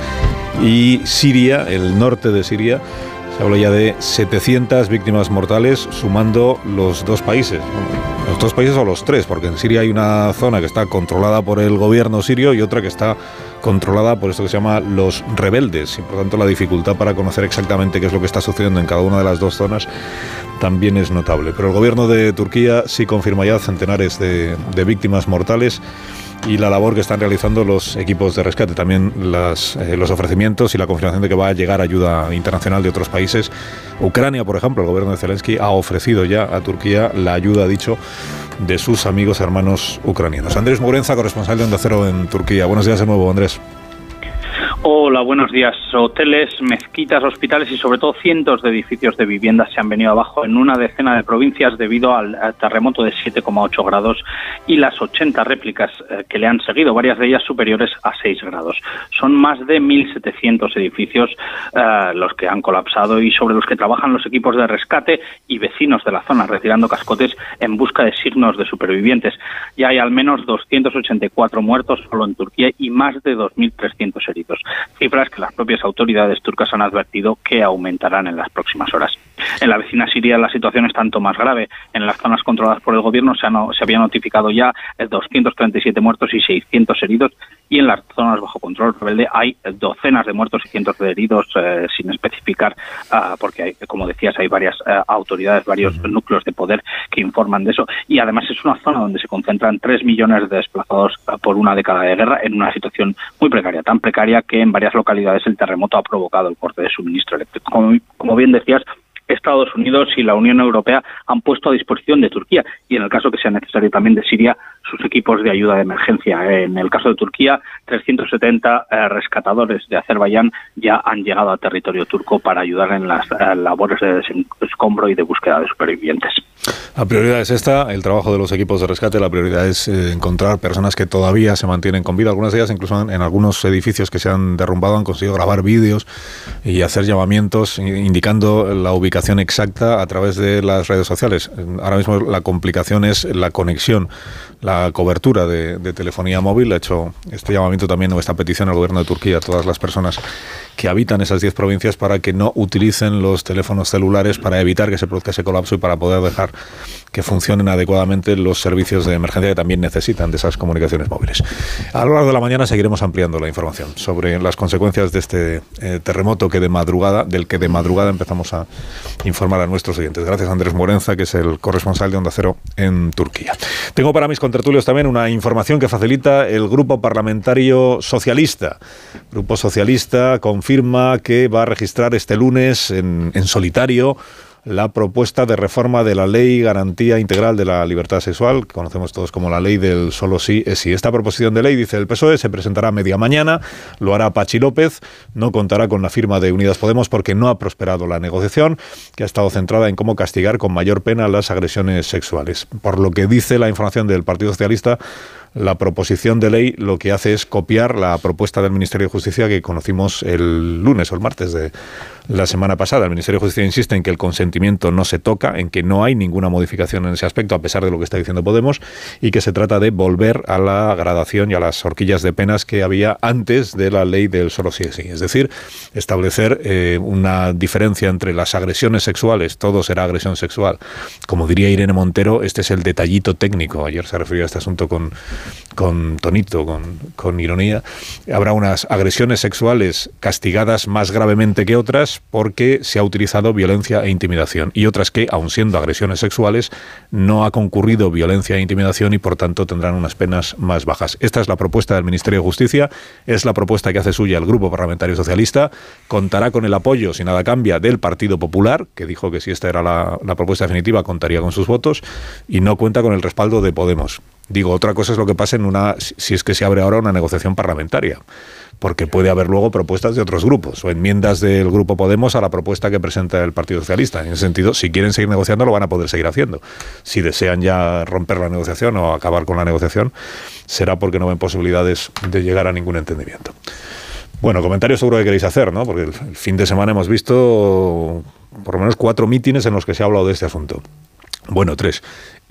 y Siria, el norte de Siria. Se habla ya de 700 víctimas mortales, sumando los dos países. Los dos países o los tres, porque en Siria hay una zona que está controlada por el gobierno sirio y otra que está controlada por esto que se llama los rebeldes, y por tanto la dificultad para conocer exactamente qué es lo que está sucediendo en cada una de las dos zonas también es notable. Pero el gobierno de Turquía sí confirma ya centenares de víctimas mortales y la labor que están realizando los equipos de rescate, también los ofrecimientos y la confirmación de que va a llegar ayuda internacional de otros países. Ucrania, por ejemplo, el gobierno de Zelensky ha ofrecido ya a Turquía la ayuda, ha dicho, de sus amigos hermanos ucranianos. Andrés Murenza, corresponsal de Onda Cero en Turquía. Buenos días de nuevo, Andrés. Hola, buenos días. Hoteles, mezquitas, hospitales y sobre todo cientos de edificios de viviendas se han venido abajo en una decena de provincias debido al terremoto de 7,8 grados y las 80 réplicas que le han seguido, varias de ellas superiores a 6 grados. Son más de 1.700 edificios los que han colapsado y sobre los que trabajan los equipos de rescate y vecinos de la zona, retirando cascotes en busca de signos de supervivientes. Ya hay al menos 284 muertos solo en Turquía y más de 2.300 heridos. Cifras que las propias autoridades turcas han advertido que aumentarán en las próximas horas. En la vecina Siria la situación es tanto más grave. En las zonas controladas por el gobierno se había notificado ya 237 muertos y 600 heridos, y en las zonas bajo control rebelde hay docenas de muertos y cientos de heridos, sin especificar, porque hay, como decías, hay varias autoridades, varios núcleos de poder que informan de eso, y además es una zona donde se concentran 3 millones de desplazados por una década de guerra en una situación muy precaria, tan precaria que en varias localidades el terremoto ha provocado el corte de suministro eléctrico. Como bien decías, Estados Unidos y la Unión Europea han puesto a disposición de Turquía y, en el caso que sea necesario también de Siria, sus equipos de ayuda de emergencia. En el caso de Turquía, 370 rescatadores de Azerbaiyán ya han llegado a territorio turco para ayudar en las labores de desescombro y de búsqueda de supervivientes. La prioridad es esta, el trabajo de los equipos de rescate. La prioridad es encontrar personas que todavía se mantienen con vida. Algunas de ellas, incluso en algunos edificios que se han derrumbado, han conseguido grabar vídeos y hacer llamamientos indicando la ubicación exacta a través de las redes sociales. Ahora mismo la complicación es la conexión, la cobertura de telefonía móvil. Ha hecho este llamamiento también, o esta petición al gobierno de Turquía, a todas las personas que habitan esas 10 provincias para que no utilicen los teléfonos celulares, para evitar que se produzca ese colapso y para poder dejar que funcionen adecuadamente los servicios de emergencia que también necesitan de esas comunicaciones móviles. A lo largo de la mañana seguiremos ampliando la información sobre las consecuencias de este terremoto del que de madrugada empezamos a informar a nuestros oyentes. Gracias a Andrés Morenza, que es el corresponsal de Onda Cero en Turquía. Tengo para mis contertulios también una información que facilita el Grupo Parlamentario Socialista. El Grupo Socialista confirma que va a registrar este lunes en solitario la propuesta de reforma de la Ley Garantía Integral de la Libertad Sexual, que conocemos todos como la ley del solo sí es sí. Esta proposición de ley, dice el PSOE, se presentará a media mañana, lo hará Pachi López, no contará con la firma de Unidas Podemos porque no ha prosperado la negociación, que ha estado centrada en cómo castigar con mayor pena las agresiones sexuales. Por lo que dice la información del Partido Socialista, la proposición de ley lo que hace es copiar la propuesta del Ministerio de Justicia que conocimos el lunes o el martes de la semana pasada. El Ministerio de Justicia insiste en que el consentimiento no se toca, en que no hay ninguna modificación en ese aspecto, a pesar de lo que está diciendo Podemos, y que se trata de volver a la gradación y a las horquillas de penas que había antes de la ley del solo sí es sí. Es decir, establecer una diferencia entre las agresiones sexuales, todo será agresión sexual. Como diría Irene Montero, este es el detallito técnico. Ayer se refirió a este asunto con tonito, con ironía. Habrá unas agresiones sexuales castigadas más gravemente que otras porque se ha utilizado violencia e intimidación, y otras que, aun siendo agresiones sexuales, no ha concurrido violencia e intimidación y por tanto tendrán unas penas más bajas. Esta es la propuesta del Ministerio de Justicia, es la propuesta que hace suya el Grupo Parlamentario Socialista. Contará con el apoyo, si nada cambia, del Partido Popular, que dijo que si esta era la propuesta definitiva contaría con sus votos, y no cuenta con el respaldo de Podemos. Digo, otra cosa es lo que pasa si es que se abre ahora una negociación parlamentaria, porque puede haber luego propuestas de otros grupos o enmiendas del Grupo Podemos a la propuesta que presenta el Partido Socialista. En ese sentido, si quieren seguir negociando, lo van a poder seguir haciendo. Si desean ya romper la negociación o acabar con la negociación, será porque no ven posibilidades de llegar a ningún entendimiento. Bueno, comentarios seguro que queréis hacer, ¿no? Porque el fin de semana hemos visto por lo menos 4 mítines en los que se ha hablado de este asunto. Bueno, 3.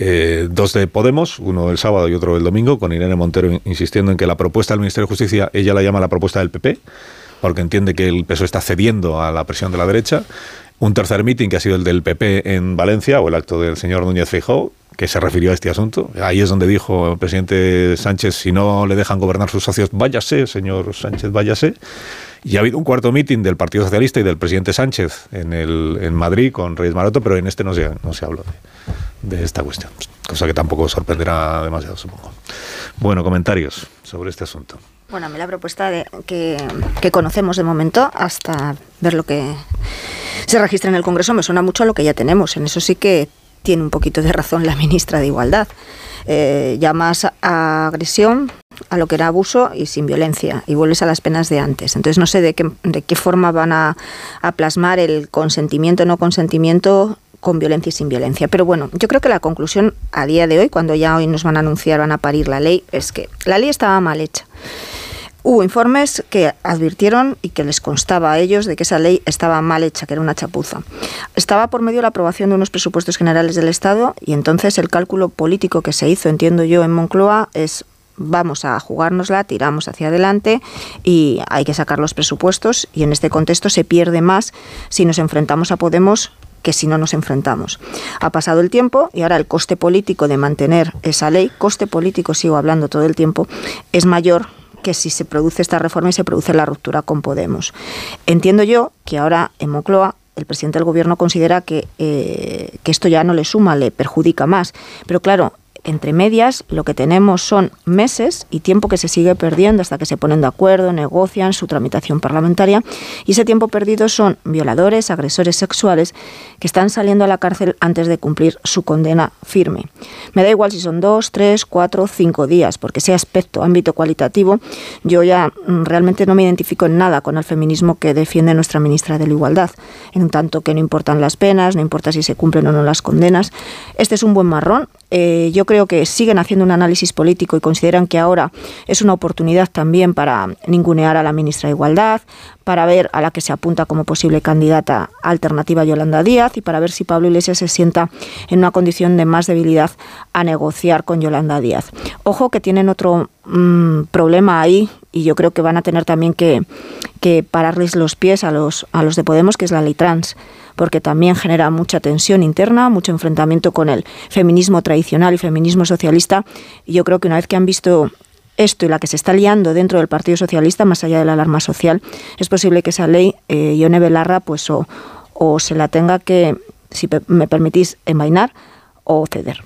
2 de Podemos, uno el sábado y otro el domingo, con Irene Montero insistiendo en que la propuesta del Ministerio de Justicia, ella la llama la propuesta del PP, porque entiende que el PSOE está cediendo a la presión de la derecha. Un tercer mitin que ha sido el del PP en Valencia, o el acto del señor Núñez Feijóo, que se refirió a este asunto. Ahí es donde dijo el presidente Sánchez, si no le dejan gobernar sus socios, váyase, señor Sánchez, váyase. Y ha habido un cuarto mitin del Partido Socialista y del presidente Sánchez en Madrid con Reyes Maroto, pero en este no se habló de esta cuestión, cosa que tampoco sorprenderá demasiado, supongo. Bueno, comentarios sobre este asunto. Bueno, a mí la propuesta que conocemos de momento, hasta ver lo que se registra en el Congreso, me suena mucho a lo que ya tenemos. En eso sí que tiene un poquito de razón la ministra de Igualdad. Ya más a agresión, a lo que era abuso y sin violencia, y vuelves a las penas de antes. Entonces no sé de qué forma van a plasmar el consentimiento o no consentimiento con violencia y sin violencia. Pero bueno, yo creo que la conclusión a día de hoy, cuando ya hoy nos van a parir la ley, es que la ley estaba mal hecha. Hubo informes que advirtieron y que les constaba a ellos de que esa ley estaba mal hecha, que era una chapuza. Estaba por medio la aprobación de unos presupuestos generales del Estado, y entonces el cálculo político que se hizo, entiendo yo, en Moncloa es: vamos a jugárnosla, tiramos hacia adelante y hay que sacar los presupuestos, y en este contexto se pierde más si nos enfrentamos a Podemos que si no nos enfrentamos. Ha pasado el tiempo y ahora el coste político de mantener esa ley, coste político, sigo hablando todo el tiempo, es mayor que si se produce esta reforma y se produce la ruptura con Podemos. Entiendo yo que ahora en Moncloa el presidente del Gobierno considera que esto ya no le suma, le perjudica más. Pero claro, entre medias lo que tenemos son meses y tiempo que se sigue perdiendo hasta que se ponen de acuerdo, negocian su tramitación parlamentaria, y ese tiempo perdido son violadores, agresores sexuales que están saliendo a la cárcel antes de cumplir su condena firme. Me da igual si son 2, 3, 4, 5 días, porque ese aspecto, ámbito cualitativo, yo ya realmente no me identifico en nada con el feminismo que defiende nuestra ministra de la Igualdad, en tanto que no importan las penas, no importa si se cumplen o no las condenas. Este es un buen marrón. Yo creo que siguen haciendo un análisis político y consideran que ahora es una oportunidad también para ningunear a la ministra de Igualdad, para ver a la que se apunta como posible candidata alternativa a Yolanda Díaz, y para ver si Pablo Iglesias se sienta en una condición de más debilidad a negociar con Yolanda Díaz. Ojo que tienen otro problema ahí, y yo creo que van a tener también que pararles los pies a los de Podemos, que es la ley trans, porque también genera mucha tensión interna, mucho enfrentamiento con el feminismo tradicional y feminismo socialista. Y yo creo que una vez que han visto esto y la que se está liando dentro del Partido Socialista, más allá de la alarma social, es posible que esa ley, Ione Belarra, pues o se la tenga que, si me permitís, envainar o ceder.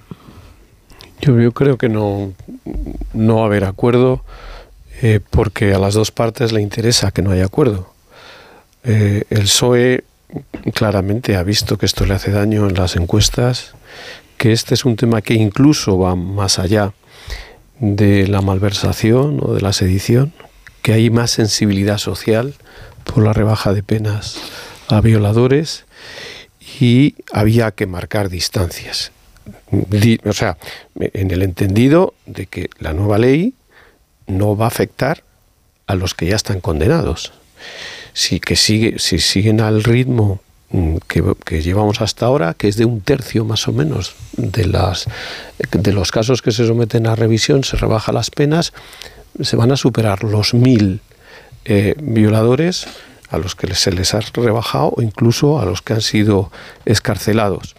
Yo creo que no va a haber acuerdo, porque a las dos partes le interesa que no haya acuerdo. El PSOE claramente ha visto que esto le hace daño en las encuestas, que este es un tema que incluso va más allá de la malversación o de la sedición, que hay más sensibilidad social por la rebaja de penas a violadores, y había que marcar distancias. o sea, en el entendido de que la nueva ley no va a afectar a los que ya están condenados. Si siguen al ritmo que llevamos hasta ahora, que es de 1/3 más o menos de los casos que se someten a revisión, se rebaja las penas, se van a superar los 1000 violadores a los que se les ha rebajado, o incluso a los que han sido excarcelados.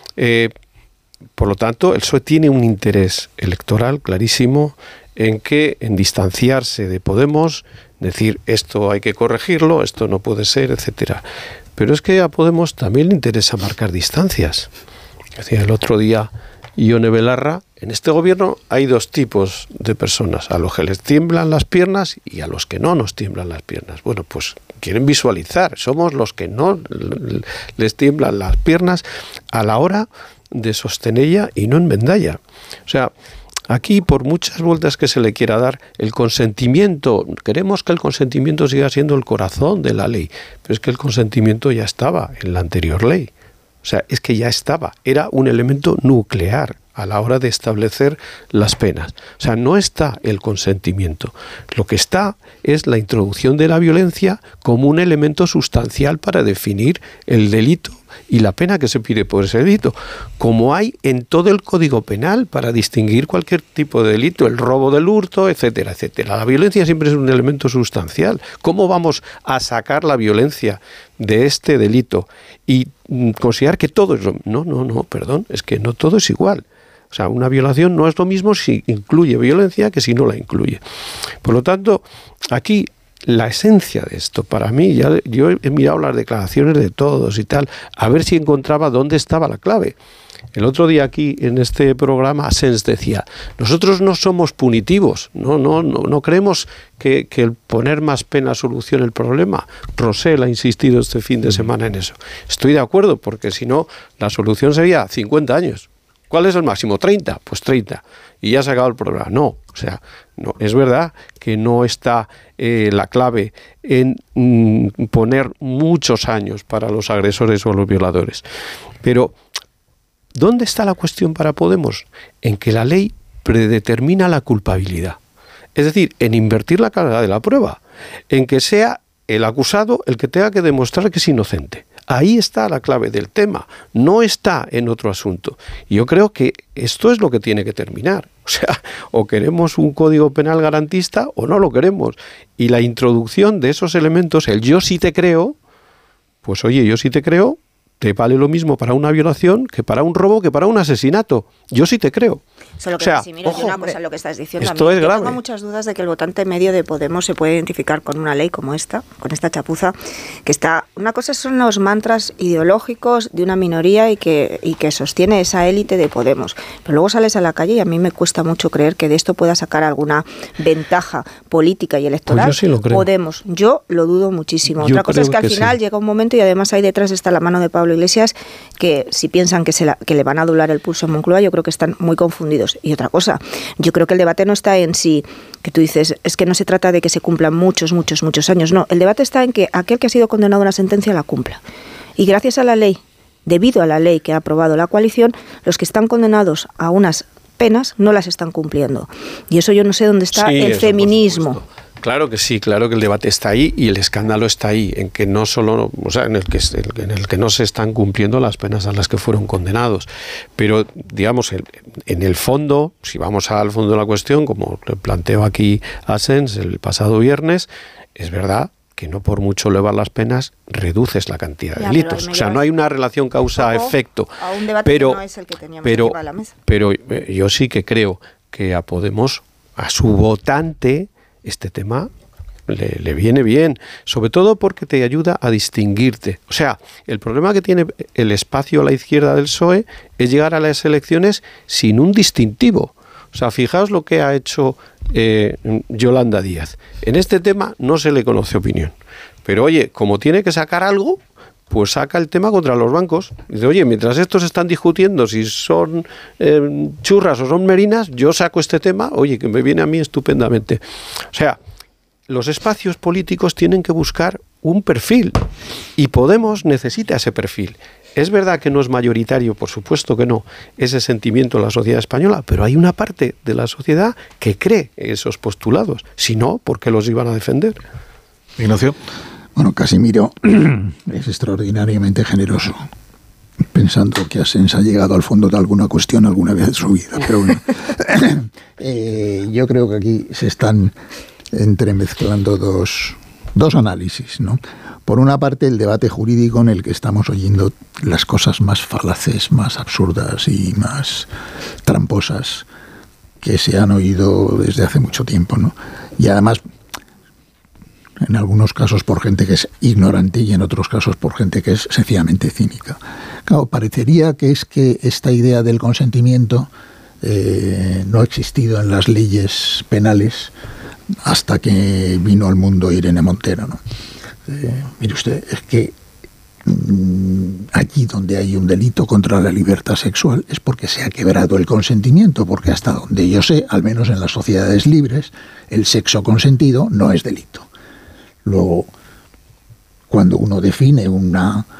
Por lo tanto, el PSOE tiene un interés electoral clarísimo en distanciarse de Podemos, decir esto hay que corregirlo, esto no puede ser, etcétera. Pero es que a Podemos también le interesa marcar distancias. Decía el otro día Ione Belarra, en este gobierno hay 2 tipos de personas, a los que les tiemblan las piernas y a los que no nos tiemblan las piernas. Bueno, pues quieren visualizar, somos los que no les tiemblan las piernas a la hora de sostenella y no en Vendaya. O sea, aquí, por muchas vueltas que se le quiera dar, el consentimiento, queremos que el consentimiento siga siendo el corazón de la ley, pero es que el consentimiento ya estaba en la anterior ley. O sea, es que ya estaba, era un elemento nuclear a la hora de establecer las penas. O sea, no está el consentimiento. Lo que está es la introducción de la violencia como un elemento sustancial para definir el delito y la pena que se pide por ese delito, como hay en todo el Código Penal para distinguir cualquier tipo de delito, el robo del hurto, etcétera, etcétera. La violencia siempre es un elemento sustancial. ¿Cómo vamos a sacar la violencia de este delito y considerar que todo es lo mismo? No, perdón, es que no todo es igual. O sea, una violación no es lo mismo si incluye violencia que si no la incluye. Por lo tanto, aquí la esencia de esto, para mí, yo he mirado las declaraciones de todos y tal, a ver si encontraba dónde estaba la clave. El otro día aquí, en este programa, Asens decía, nosotros no somos punitivos, no creemos que el poner más pena solucione el problema. Rosell ha insistido este fin de semana en eso. Estoy de acuerdo, porque si no, la solución sería 50 años. ¿Cuál es el máximo? 30, pues 30. Y ya se ha acabado el problema. No, o sea, no, es verdad que no está la clave en poner muchos años para los agresores o los violadores. Pero, ¿dónde está la cuestión para Podemos? En que la ley predetermina la culpabilidad. Es decir, en invertir la carga de la prueba, en que sea el acusado el que tenga que demostrar que es inocente. Ahí está la clave del tema, no está en otro asunto. Y yo creo que esto es lo que tiene que terminar. O sea, o queremos un código penal garantista o no lo queremos. Y la introducción de esos elementos, el yo sí te creo, pues oye, yo sí te creo, te vale lo mismo para una violación que para un robo, que para un asesinato. Yo sí te creo. Solo que si mira, ojo, una cosa lo que estás diciendo, esto es grave. Tengo muchas dudas de que el votante medio de Podemos se puede identificar con una ley como esta, con esta chapuza, que está... Una cosa son los mantras ideológicos de una minoría y que sostiene esa élite de Podemos. Pero luego sales a la calle y a mí me cuesta mucho creer que de esto pueda sacar alguna ventaja política y electoral. Pues yo sí lo creo. Podemos, yo lo dudo muchísimo. Otra cosa es que al final llega un momento y además ahí detrás está la mano de Pablo Iglesias, que si piensan que le van a adular el pulso en Moncloa, yo creo que están muy confundidos. Y otra cosa, yo creo que el debate no está en si, que tú dices, es que no se trata de que se cumplan muchos años, no, el debate está en que aquel que ha sido condenado a una sentencia la cumpla. Y gracias a la ley, debido a la ley que ha aprobado la coalición, los que están condenados a unas penas no las están cumpliendo. Y eso yo no sé dónde está el feminismo. Claro que sí, claro que el debate está ahí y el escándalo está ahí, en que no solo, o sea, en el que no se están cumpliendo las penas a las que fueron condenados. Pero, digamos, en el fondo, si vamos al fondo de la cuestión, como le planteo aquí a Asens el pasado viernes, es verdad que no por mucho elevar las penas reduces la cantidad de delitos. O sea, no hay una relación causa-efecto. A un debate que no es el que teníamos encima de la mesa. Pero yo sí que creo que a Podemos, a su votante, este tema le viene bien, sobre todo porque te ayuda a distinguirte. O sea, el problema que tiene el espacio a la izquierda del PSOE es llegar a las elecciones sin un distintivo. O sea, fijaos lo que ha hecho Yolanda Díaz. En este tema no se le conoce opinión. Pero oye, como tiene que sacar algo, pues saca el tema contra los bancos. Dice, oye, mientras estos están discutiendo si son churras o son merinas, yo saco este tema, oye, que me viene a mí estupendamente. O sea, los espacios políticos tienen que buscar un perfil y Podemos necesita ese perfil. Es verdad que no es mayoritario, por supuesto que no, ese sentimiento en la sociedad española, pero hay una parte de la sociedad que cree esos postulados. Si no, ¿por qué los iban a defender? Ignacio. Bueno, Casimiro es extraordinariamente generoso, pensando que Asens ha llegado al fondo de alguna cuestión alguna vez en su vida. Pero bueno, yo creo que aquí se están entremezclando dos análisis, ¿no? Por una parte, el debate jurídico en el que estamos oyendo las cosas más falaces, más absurdas y más tramposas que se han oído desde hace mucho tiempo, ¿no? Y además, en algunos casos por gente que es ignorante y en otros casos por gente que es sencillamente cínica. Claro, parecería que es que esta idea del consentimiento no ha existido en las leyes penales hasta que vino al mundo Irene Montero, ¿no? Mire usted, es que allí donde hay un delito contra la libertad sexual es porque se ha quebrado el consentimiento, porque hasta donde yo sé, al menos en las sociedades libres, el sexo consentido no es delito. Luego, cuando uno define un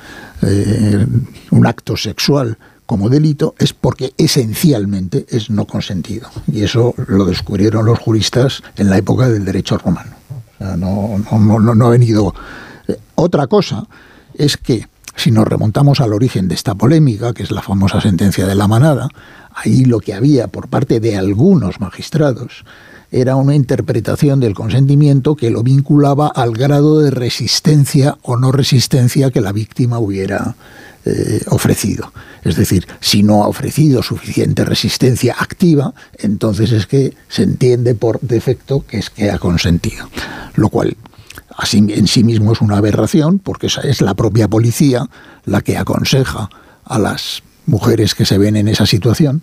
acto sexual como delito, es porque esencialmente es no consentido. Y eso lo descubrieron los juristas en la época del derecho romano. O sea, no ha venido. Otra cosa es que, si nos remontamos al origen de esta polémica, que es la famosa sentencia de la Manada, ahí lo que había por parte de algunos magistrados era una interpretación del consentimiento que lo vinculaba al grado de resistencia o no resistencia que la víctima hubiera ofrecido. Es decir, si no ha ofrecido suficiente resistencia activa, entonces es que se entiende por defecto que es que ha consentido. Lo cual así en sí mismo es una aberración, porque es la propia policía la que aconseja a las mujeres que se ven en esa situación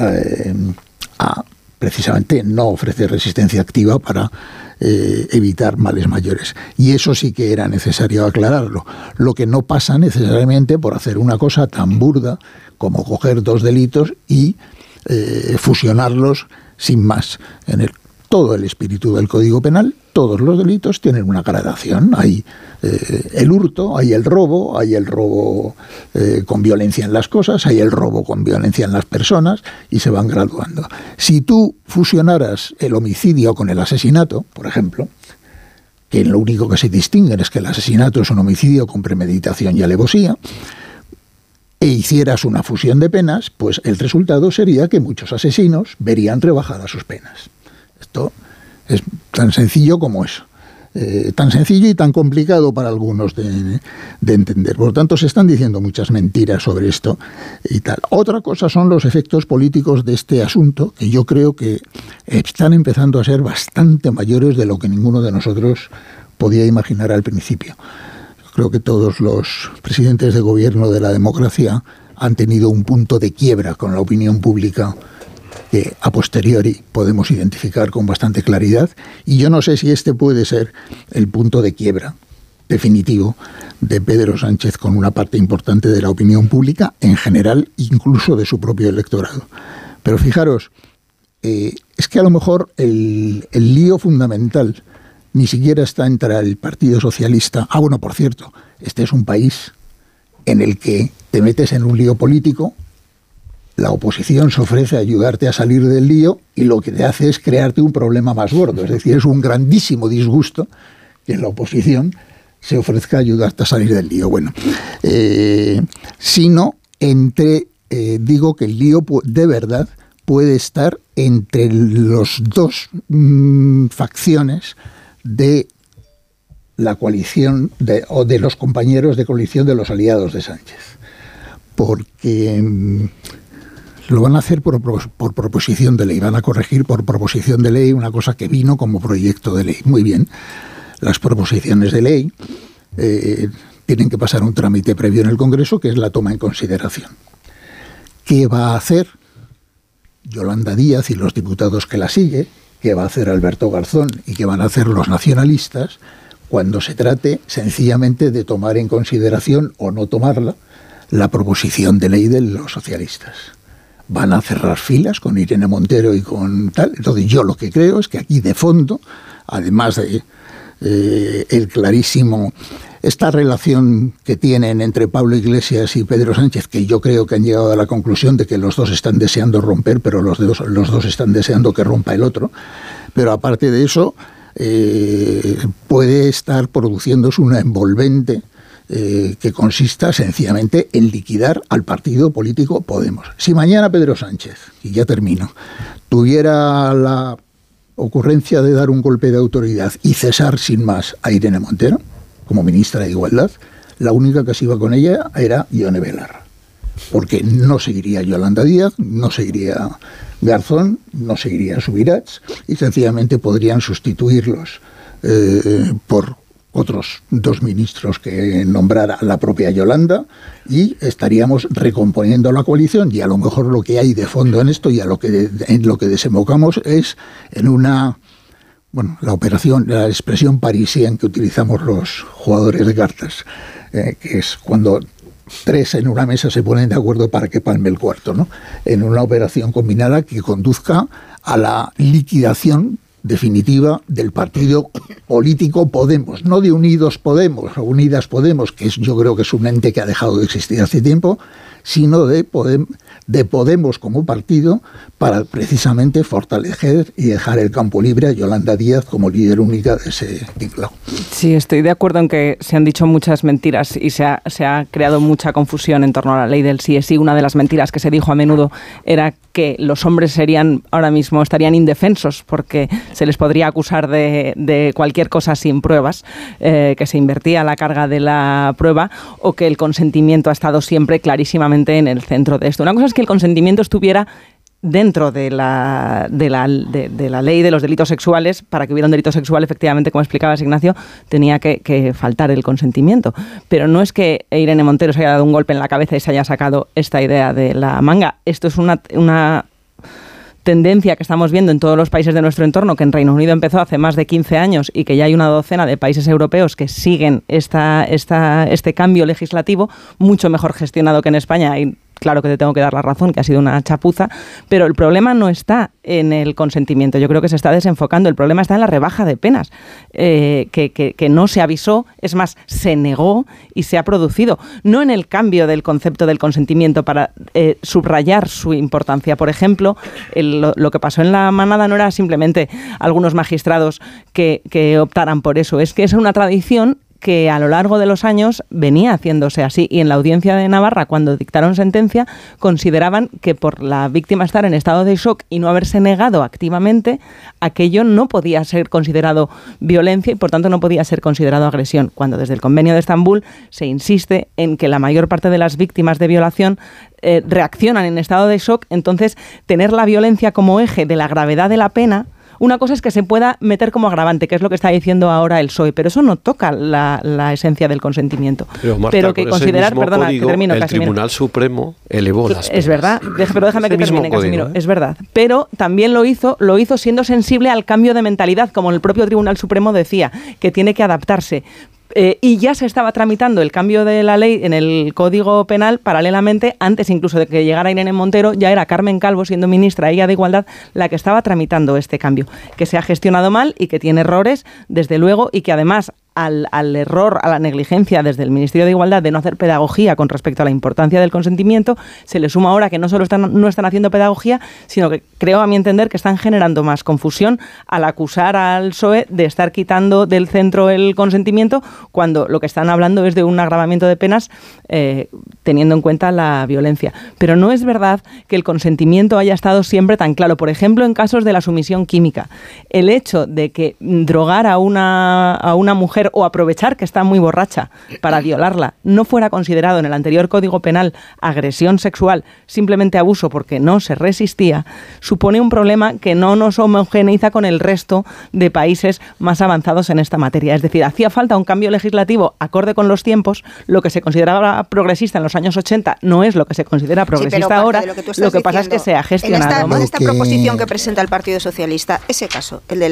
a precisamente no ofrecer resistencia activa para evitar males mayores. Y eso sí que era necesario aclararlo. Lo que no pasa necesariamente por hacer una cosa tan burda como coger dos delitos y fusionarlos sin más. En todo el espíritu del Código Penal, todos los delitos tienen una gradación. Hay el hurto, hay el robo con violencia en las cosas, hay el robo con violencia en las personas y se van graduando. Si tú fusionaras el homicidio con el asesinato, por ejemplo, que lo único que se distinguen es que el asesinato es un homicidio con premeditación y alevosía, e hicieras una fusión de penas, pues el resultado sería que muchos asesinos verían rebajadas sus penas. Esto es tan sencillo como eso. Tan sencillo y tan complicado para algunos de entender. Por lo tanto, se están diciendo muchas mentiras sobre esto y tal. Otra cosa son los efectos políticos de este asunto, que yo creo que están empezando a ser bastante mayores de lo que ninguno de nosotros podía imaginar al principio. Yo creo que todos los presidentes de gobierno de la democracia han tenido un punto de quiebra con la opinión pública que a posteriori podemos identificar con bastante claridad, y yo no sé si este puede ser el punto de quiebra definitivo de Pedro Sánchez con una parte importante de la opinión pública en general, incluso de su propio electorado. Pero fijaros, es que a lo mejor el lío fundamental ni siquiera está entre el Partido Socialista. Bueno, por cierto, este es un país en el que te metes en un lío político, la oposición se ofrece a ayudarte a salir del lío y lo que te hace es crearte un problema más gordo. Es decir, es un grandísimo disgusto que la oposición se ofrezca a ayudarte a salir del lío. Bueno, sino digo que el lío de verdad puede estar entre los dos facciones de la coalición o de los compañeros de coalición de los aliados de Sánchez. Porque lo van a hacer por proposición de ley, van a corregir por proposición de ley una cosa que vino como proyecto de ley. Muy bien, las proposiciones de ley tienen que pasar un trámite previo en el Congreso, que es la toma en consideración. ¿Qué va a hacer Yolanda Díaz y los diputados que la siguen? ¿Qué va a hacer Alberto Garzón y qué van a hacer los nacionalistas cuando se trate sencillamente de tomar en consideración o no tomarla la proposición de ley de los socialistas? Van a cerrar filas con Irene Montero y con tal. Entonces yo lo que creo es que aquí de fondo, además de el clarísimo esta relación que tienen entre Pablo Iglesias y Pedro Sánchez, que yo creo que han llegado a la conclusión de que los dos están deseando romper, pero los dos están deseando que rompa el otro. Pero aparte de eso, puede estar produciéndose una envolvente que consista sencillamente en liquidar al partido político Podemos. Si mañana Pedro Sánchez, y ya termino, tuviera la ocurrencia de dar un golpe de autoridad y cesar sin más a Irene Montero como ministra de Igualdad, la única que se iba con ella era Ione Belarra, porque no seguiría Yolanda Díaz, no seguiría Garzón, no seguiría Subirats, y sencillamente podrían sustituirlos por otros 2 ministros que nombrara la propia Yolanda, y estaríamos recomponiendo la coalición. Y a lo mejor lo que hay de fondo en esto, y en lo que desembocamos, es en una, bueno, la expresión parisien que utilizamos los jugadores de cartas, que es cuando 3 en una mesa se ponen de acuerdo para que palme el cuarto, ¿no? En una operación combinada que conduzca a la liquidación definitiva del partido político Podemos, no de Unidos Podemos o Unidas Podemos, que yo creo que es un ente que ha dejado de existir hace tiempo, sino de Podemos como partido, para precisamente fortalecer y dejar el campo libre a Yolanda Díaz como líder única de ese tinglao. Sí, estoy de acuerdo en que se han dicho muchas mentiras y se ha creado mucha confusión en torno a la ley del sí es sí. Una de las mentiras que se dijo a menudo era que los hombres ahora mismo estarían indefensos porque se les podría acusar de cualquier cosa sin pruebas, que se invertía la carga de la prueba, o que el consentimiento ha estado siempre clarísimamente en el centro de esto. Una cosa es que el consentimiento estuviera dentro de la ley de los delitos sexuales. Para que hubiera un delito sexual, efectivamente, como explicabas, Ignacio, tenía que faltar el consentimiento. Pero no es que Irene Montero se haya dado un golpe en la cabeza y se haya sacado esta idea de la manga. Esto es una tendencia que estamos viendo en todos los países de nuestro entorno, que en Reino Unido empezó hace más de 15 años y que ya hay una docena de países europeos que siguen este cambio legislativo, mucho mejor gestionado que en España. Y claro que te tengo que dar la razón, que ha sido una chapuza, pero el problema no está en el consentimiento. Yo creo que se está desenfocando. El problema está en la rebaja de penas, que no se avisó, es más, se negó y se ha producido. No en el cambio del concepto del consentimiento para subrayar su importancia. Por ejemplo, lo que pasó en la manada no era simplemente algunos magistrados que optaran por eso, es que es una tradición que a lo largo de los años venía haciéndose así, y en la Audiencia de Navarra, cuando dictaron sentencia, consideraban que por la víctima estar en estado de shock y no haberse negado activamente, aquello no podía ser considerado violencia y por tanto no podía ser considerado agresión, cuando desde el Convenio de Estambul se insiste en que la mayor parte de las víctimas de violación reaccionan en estado de shock. Entonces, tener la violencia como eje de la gravedad de la pena. Una cosa es que se pueda meter como agravante, que es lo que está diciendo ahora el PSOE, pero eso no toca la esencia del consentimiento. Pero, Marta, pero que considerar, perdona, código, que termino, el Casimiro. Tribunal Supremo elevó las penas. Es verdad, pero déjame que termine, Casimiro. Es verdad, pero también lo hizo siendo sensible al cambio de mentalidad, como el propio Tribunal Supremo decía, que tiene que adaptarse. Y ya se estaba tramitando el cambio de la ley en el Código Penal paralelamente, antes incluso de que llegara Irene Montero, ya era Carmen Calvo, siendo ministra ella de Igualdad, la que estaba tramitando este cambio, que se ha gestionado mal y que tiene errores, desde luego, y que además al error, a la negligencia desde el Ministerio de Igualdad de no hacer pedagogía con respecto a la importancia del consentimiento, se le suma ahora que no solo no están haciendo pedagogía, sino que creo, a mi entender, que están generando más confusión al acusar al PSOE de estar quitando del centro el consentimiento, cuando lo que están hablando es de un agravamiento de penas teniendo en cuenta la violencia. Pero no es verdad que el consentimiento haya estado siempre tan claro. Por ejemplo, en casos de la sumisión química, el hecho de que drogar a una mujer o aprovechar que está muy borracha para violarla no fuera considerado en el anterior Código Penal agresión sexual, simplemente abuso porque no se resistía, supone un problema que no nos homogeneiza con el resto de países más avanzados en esta materia. Es decir, hacía falta un cambio legislativo acorde con los tiempos. Lo que se consideraba progresista en los años 80 no es lo que se considera progresista ahora. Lo que pasa es que se ha gestionado. En esta proposición que presenta el Partido Socialista, ese caso, el de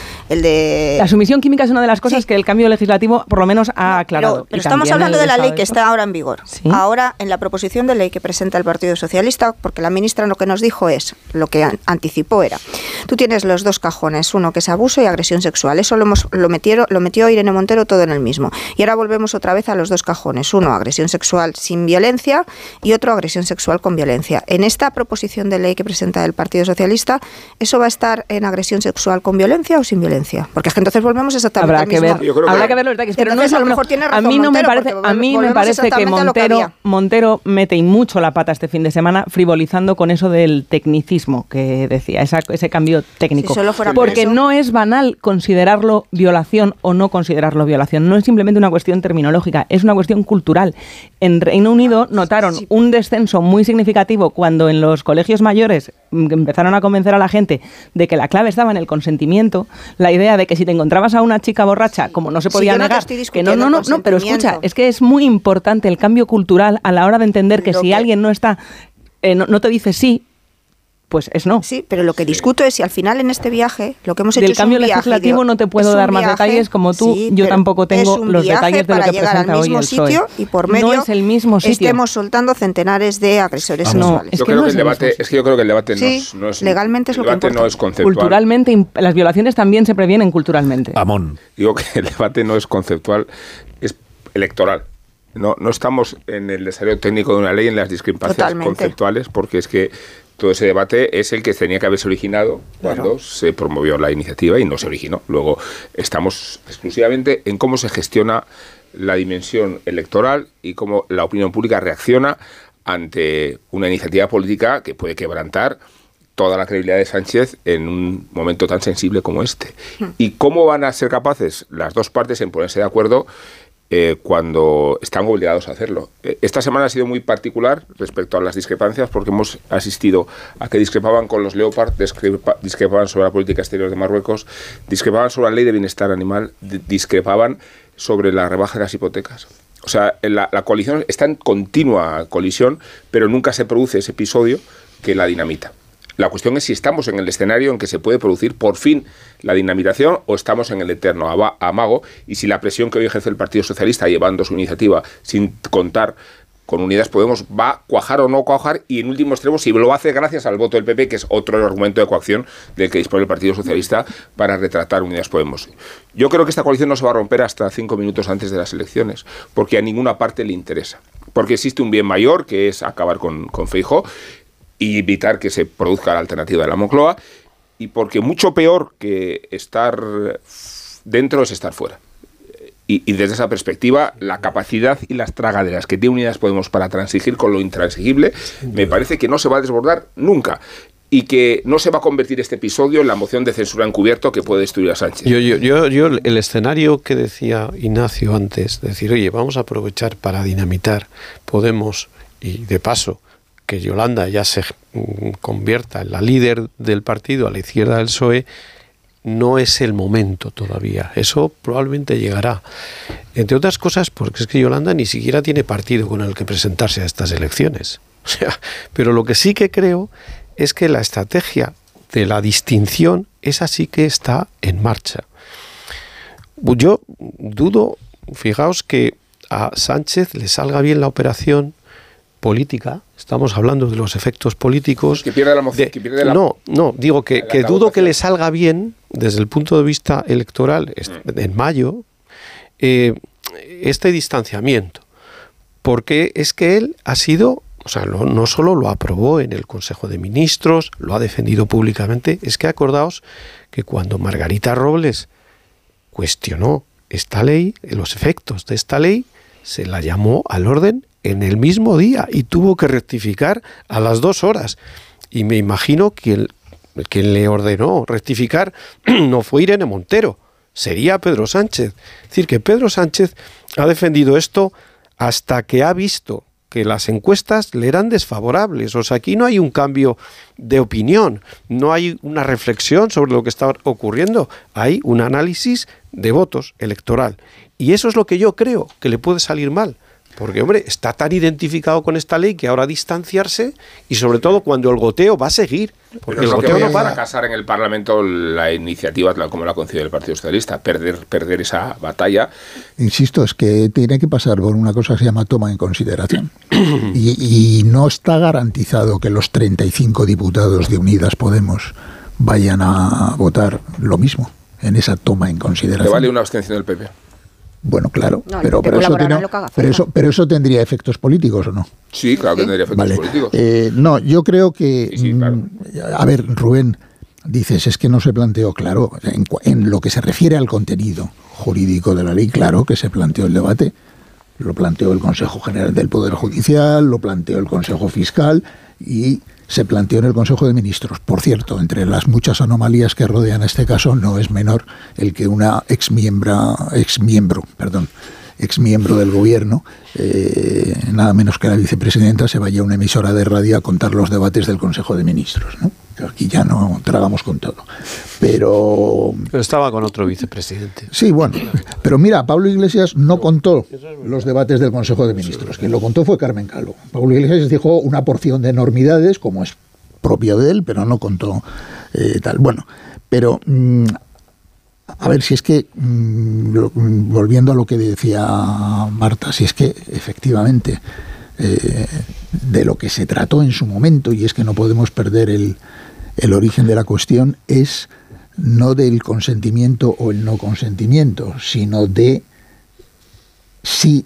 la sumisión química, es una de las cosas que el cambio legislativo por lo menos ha aclarado. Pero estamos hablando de la ley que está ahora en vigor. ¿Sí? Ahora, en la proposición de ley que presenta el Partido Socialista, porque la ministra lo que nos dijo es lo que anticipó era, tú tienes los dos cajones, uno que es abuso y agresión sexual, eso lo metió Irene Montero todo en el mismo, y ahora volvemos otra vez a los dos cajones, uno agresión sexual sin violencia y otro agresión sexual con violencia. En esta proposición de ley que presenta el Partido Socialista, ¿eso va a estar en agresión sexual con violencia o sin violencia? Porque es que entonces volvemos exactamente al mismo. Habrá que ver los detalles, pero no es a lo mejor tiene razón. A mí me parece que Montero mete y mucho la pata este fin de semana frivolizando con eso del tecnicismo que decía, ese cambio técnico. Porque no es banal considerarlo violación o no considerarlo violación. No es simplemente una cuestión terminológica, es una cuestión cultural. En Reino Unido notaron un descenso muy significativo cuando en los colegios mayores empezaron a convencer a la gente de que la clave estaba en el consentimiento, la idea de que si te encontrabas a una chica borracha, como no se podía negar, que no, pero escucha, es que es muy importante el cambio cultural a la hora de entender que si alguien no está, no te dice sí, pues es no. Sí, pero lo que discuto es si al final en este viaje lo que hemos hecho del cambio legislativo no te puedo dar más detalles como tú, yo tampoco tengo los detalles de lo que presenta hoy el PSOE. Y por medio no es el mismo sitio. Estemos soltando centenares de agresores sexuales. Yo creo que el debate no es legalmente es lo que importa. No es conceptual. Culturalmente, las violaciones también se previenen culturalmente. Amón. Digo que el debate no es conceptual, es electoral. No estamos en el desarrollo técnico de una ley, en las discrepancias conceptuales, porque es que todo ese debate es el que tenía que haberse originado cuando se promovió la iniciativa y no se originó. Luego estamos exclusivamente en cómo se gestiona la dimensión electoral y cómo la opinión pública reacciona ante una iniciativa política que puede quebrantar toda la credibilidad de Sánchez en un momento tan sensible como este. ¿Y cómo van a ser capaces las dos partes en ponerse de acuerdo cuando están obligados a hacerlo? Esta semana ha sido muy particular respecto a las discrepancias porque hemos asistido a que discrepaban con los Leopard, discrepaban sobre la política exterior de Marruecos, discrepaban sobre la ley de bienestar animal, discrepaban sobre la rebaja de las hipotecas. O sea, la coalición está en continua colisión, pero nunca se produce ese episodio que la dinamita. La cuestión es si estamos en el escenario en que se puede producir por fin la dinamitación o estamos en el eterno amago, y si la presión que hoy ejerce el Partido Socialista llevando su iniciativa sin contar con Unidas Podemos va a cuajar o no cuajar, y en último extremo si lo hace gracias al voto del PP, que es otro argumento de coacción del que dispone el Partido Socialista para retratar Unidas Podemos. Yo creo que esta coalición no se va a romper hasta 5 minutos antes de las elecciones, porque a ninguna parte le interesa. Porque existe un bien mayor, que es acabar con Feijóo y evitar que se produzca la alternativa de la Moncloa, y porque mucho peor que estar dentro es estar fuera. Y desde esa perspectiva, la capacidad y las tragaderas que tiene Unidas Podemos para transigir con lo intransigible, me parece que no se va a desbordar nunca, y que no se va a convertir este episodio en la moción de censura encubierto que puede destruir a Sánchez. Yo el escenario que decía Ignacio antes, decir, oye, vamos a aprovechar para dinamitar Podemos, y de paso que Yolanda ya se convierta en la líder del partido a la izquierda del PSOE, no es el momento todavía. Eso probablemente llegará. Entre otras cosas porque es que Yolanda ni siquiera tiene partido con el que presentarse a estas elecciones. O sea, pero lo que sí que creo es que la estrategia de la distinción, esa sí que está en marcha. Yo dudo, fijaos, que a Sánchez le salga bien la operación política, estamos hablando de los efectos políticos. Que pierda la moción. No, digo que dudo que le salga bien desde el punto de vista electoral en mayo este distanciamiento, porque es que él ha sido, o sea, no solo lo aprobó en el Consejo de Ministros, lo ha defendido públicamente, es que acordaos que cuando Margarita Robles cuestionó esta ley, los efectos de esta ley, se la llamó al orden en el mismo día y tuvo que rectificar a las 2 horas. Y me imagino que quien le ordenó rectificar no fue Irene Montero, sería Pedro Sánchez. Es decir, que Pedro Sánchez ha defendido esto hasta que ha visto que las encuestas le eran desfavorables. O sea, aquí no hay un cambio de opinión, no hay una reflexión sobre lo que está ocurriendo, hay un análisis de votos electoral. Y eso es lo que yo creo que le puede salir mal Porque, hombre, está tan identificado con esta ley que ahora distanciarse, y sobre todo cuando el goteo va a seguir. Porque pero el goteo no para. Fracasar en el Parlamento la iniciativa como la ha concedido el Partido Socialista, perder esa batalla. Insisto, es que tiene que pasar por una cosa que se llama toma en consideración. y no está garantizado que los 35 diputados de Unidas Podemos vayan a votar lo mismo en esa toma en consideración. ¿Le vale una abstención del PP? Bueno, claro, no, pero eso tendría efectos políticos, ¿o no? Sí, claro que tendría efectos políticos. No, yo creo que... Sí, claro. A ver, Rubén, dices, es que no se planteó, claro, en lo que se refiere al contenido jurídico de la ley, claro que se planteó el debate. Lo planteó el Consejo General del Poder Judicial, lo planteó el Consejo Fiscal y se planteó en el Consejo de Ministros. Por cierto, entre las muchas anomalías que rodean este caso, no es menor el que una exmiembro del gobierno, nada menos que la vicepresidenta, se vaya a una emisora de radio a contar los debates del Consejo de Ministros, ¿no? Aquí ya no tragamos con todo. Pero estaba con otro vicepresidente. Sí, bueno. Pero mira, Pablo Iglesias no contó los debates del Consejo de Ministros. Quien lo contó fue Carmen Calvo. Pablo Iglesias dijo una porción de enormidades, como es propio de él, pero no contó tal. Bueno, pero a ver, si es que, volviendo a lo que decía Marta, si es que efectivamente de lo que se trató en su momento, y es que no podemos perder el origen de la cuestión, es no del consentimiento o el no consentimiento, sino de si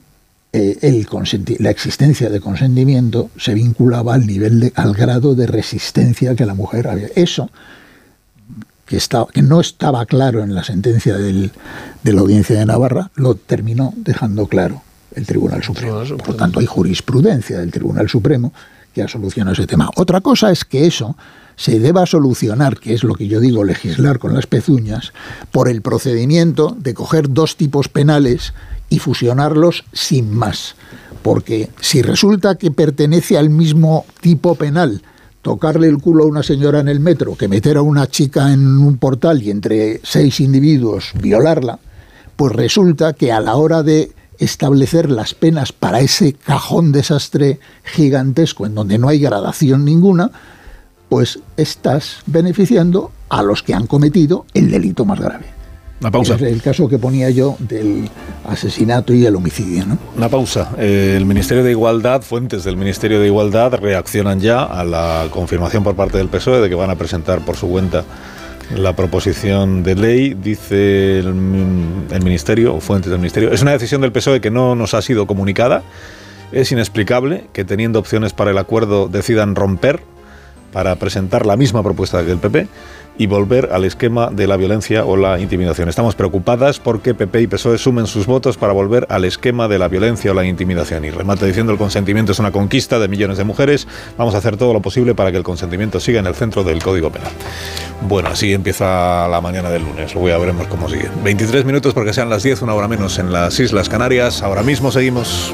la existencia de consentimiento se vinculaba al grado de resistencia que la mujer había. Eso que no estaba claro en la sentencia de la Audiencia de Navarra, lo terminó dejando claro el Tribunal Supremo. Por tanto, hay jurisprudencia del Tribunal Supremo que ha solucionado ese tema. Otra cosa es que eso se deba solucionar, que es lo que yo digo, legislar con las pezuñas, por el procedimiento de coger dos tipos penales y fusionarlos sin más. Porque si resulta que pertenece al mismo tipo penal tocarle el culo a una señora en el metro que meter a una chica en un portal y entre 6 individuos violarla, pues resulta que a la hora de establecer las penas para ese cajón desastre gigantesco en donde no hay gradación ninguna, pues estás beneficiando a los que han cometido el delito más grave. Una pausa. Ese es el caso que ponía yo del asesinato y el homicidio, ¿no? Una pausa. El Ministerio de Igualdad, fuentes del Ministerio de Igualdad reaccionan ya a la confirmación por parte del PSOE de que van a presentar por su cuenta la proposición de ley. Dice el Ministerio, o fuentes del Ministerio, es una decisión del PSOE que no nos ha sido comunicada. Es inexplicable que, teniendo opciones para el acuerdo, decidan romper para presentar la misma propuesta que el PP y volver al esquema de la violencia o la intimidación. Estamos preocupadas porque PP y PSOE sumen sus votos para volver al esquema de la violencia o la intimidación. Y remata diciendo: el consentimiento es una conquista de millones de mujeres. Vamos a hacer todo lo posible para que el consentimiento siga en el centro del Código Penal. Bueno, así empieza la mañana del lunes. Luego ya veremos cómo sigue. 23 minutos porque sean las 10, una hora menos en las Islas Canarias. Ahora mismo seguimos.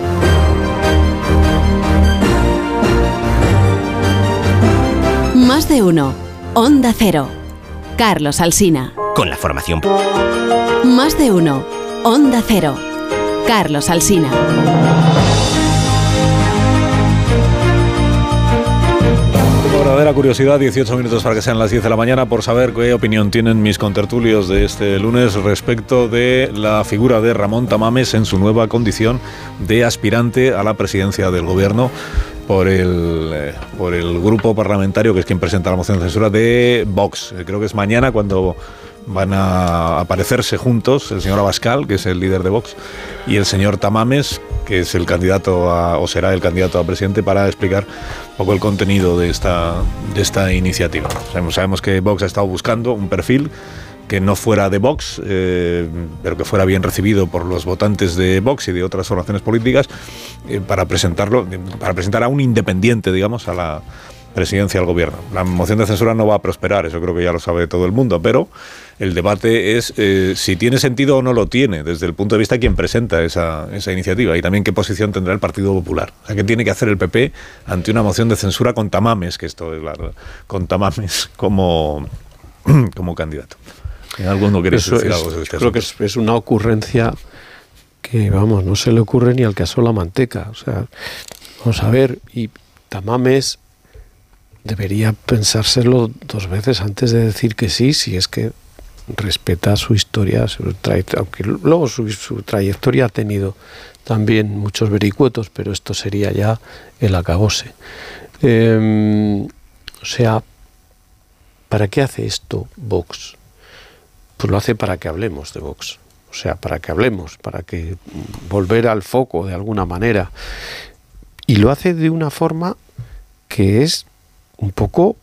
Más de uno. Onda Cero. Carlos Alsina. Con la formación. Más de uno. Onda Cero. Carlos Alsina. Tengo verdadera curiosidad, 18 minutos para que sean las 10 de la mañana, por saber qué opinión tienen mis contertulios de este lunes respecto de la figura de Ramón Tamames en su nueva condición de aspirante a la presidencia del gobierno por el grupo parlamentario que es quien presenta la moción de censura de Vox. Creo que es mañana cuando van a aparecerse juntos el señor Abascal, que es el líder de Vox, y el señor Tamames, que es el candidato o será el candidato a presidente, para explicar un poco el contenido de esta iniciativa. Sabemos que Vox ha estado buscando un perfil que no fuera de Vox, pero que fuera bien recibido por los votantes de Vox y de otras formaciones políticas, para presentar a un independiente, digamos, a la presidencia del gobierno. La moción de censura no va a prosperar, eso creo que ya lo sabe todo el mundo, pero el debate es si tiene sentido o no lo tiene, desde el punto de vista de quien presenta esa iniciativa, y también qué posición tendrá el Partido Popular. O sea, qué tiene que hacer el PP ante una moción de censura con Tamames, que esto es con Tamames como candidato. ¿Alguno quiere decir algo sobre este asunto? Creo que es una ocurrencia que, vamos, no se le ocurre ni al que asó la manteca. O sea, vamos a ver, y Tamames debería pensárselo 2 veces antes de decir que sí, si es que respeta su historia, aunque luego su trayectoria ha tenido también muchos vericuetos, pero esto sería ya el acabose. O sea, ¿para qué hace esto Vox? Pues lo hace para que hablemos de Vox. O sea, para que hablemos, para que volver al foco de alguna manera. Y lo hace de una forma que es un poco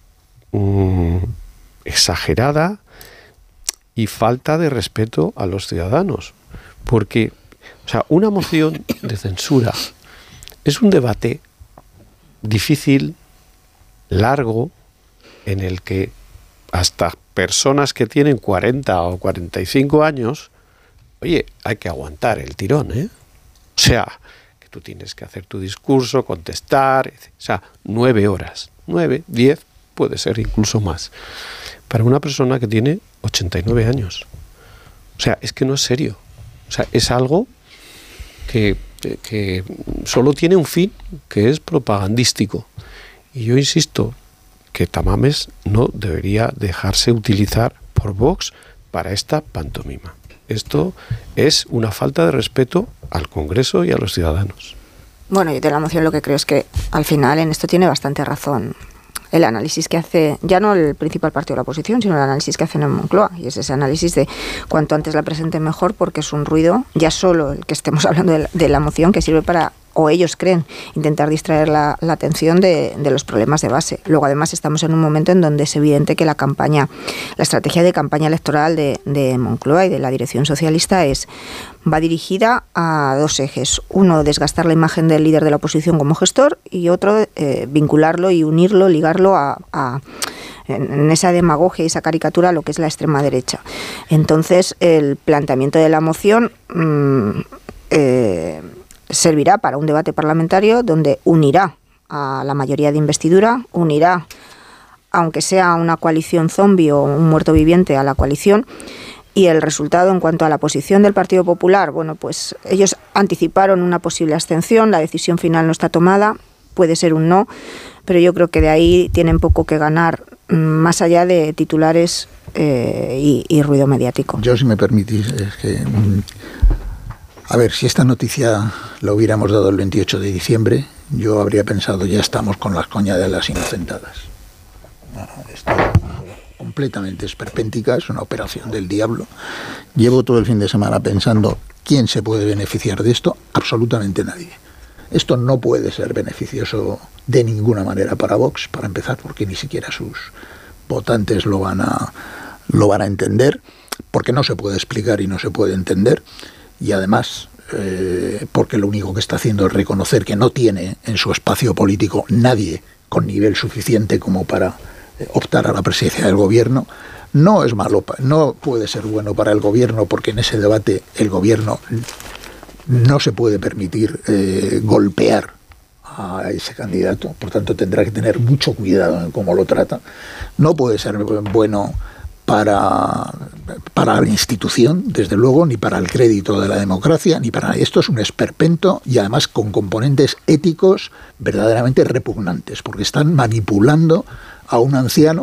exagerada y falta de respeto a los ciudadanos. Porque, o sea, una moción de censura es un debate difícil, largo, en el que hasta personas que tienen 40 o 45 años, oye, hay que aguantar el tirón, ¿eh? O sea, que tú tienes que hacer tu discurso, contestar, o sea, 9 horas, 9, 10, puede ser incluso más, para una persona que tiene 89 años. O sea, es que no es serio. O sea, es algo que solo tiene un fin, que es propagandístico. Y yo insisto que Tamames no debería dejarse utilizar por Vox para esta pantomima. Esto es una falta de respeto al Congreso y a los ciudadanos. Bueno, yo de la moción lo que creo es que al final en esto tiene bastante razón el análisis que hace, ya no el principal partido de la oposición, sino el análisis que hacen en Moncloa, y es ese análisis de cuanto antes la presenten mejor, porque es un ruido, ya solo el que estemos hablando de la moción, que sirve para, o ellos creen, intentar distraer la atención de los problemas de base. Luego, además, estamos en un momento en donde es evidente que la estrategia de campaña electoral de Moncloa y de la dirección socialista va dirigida a 2 ejes. Uno, desgastar la imagen del líder de la oposición como gestor, y otro, vincularlo y unirlo, ligarlo en esa demagogia y esa caricatura a lo que es la extrema derecha. Entonces, el planteamiento de la moción servirá para un debate parlamentario donde unirá a la mayoría de investidura, unirá, aunque sea una coalición zombie o un muerto viviente, a la coalición. Y el resultado en cuanto a la posición del Partido Popular, bueno, pues ellos anticiparon una posible abstención, la decisión final no está tomada, puede ser un no, pero yo creo que de ahí tienen poco que ganar, más allá de titulares y ruido mediático. Yo, si me permitís, es que... A ver, si esta noticia la hubiéramos dado el 28 de diciembre, yo habría pensado, ya estamos con las coñas de las inocentadas. Esto completamente esperpéntica, es una operación del diablo. Llevo todo el fin de semana pensando, ¿quién se puede beneficiar de esto? Absolutamente nadie. Esto no puede ser beneficioso de ninguna manera para Vox, para empezar, porque ni siquiera sus votantes lo van a entender, porque no se puede explicar y no se puede entender. Y además, porque lo único que está haciendo es reconocer que no tiene en su espacio político nadie con nivel suficiente como para optar a la presidencia del gobierno, no es malo, no puede ser bueno para el gobierno, porque en ese debate el gobierno no se puede permitir golpear a ese candidato, por tanto tendrá que tener mucho cuidado en cómo lo trata. No puede ser bueno para la institución, desde luego, ni para el crédito de la democracia, ni para... Esto es un esperpento, y además con componentes éticos verdaderamente repugnantes, porque están manipulando a un anciano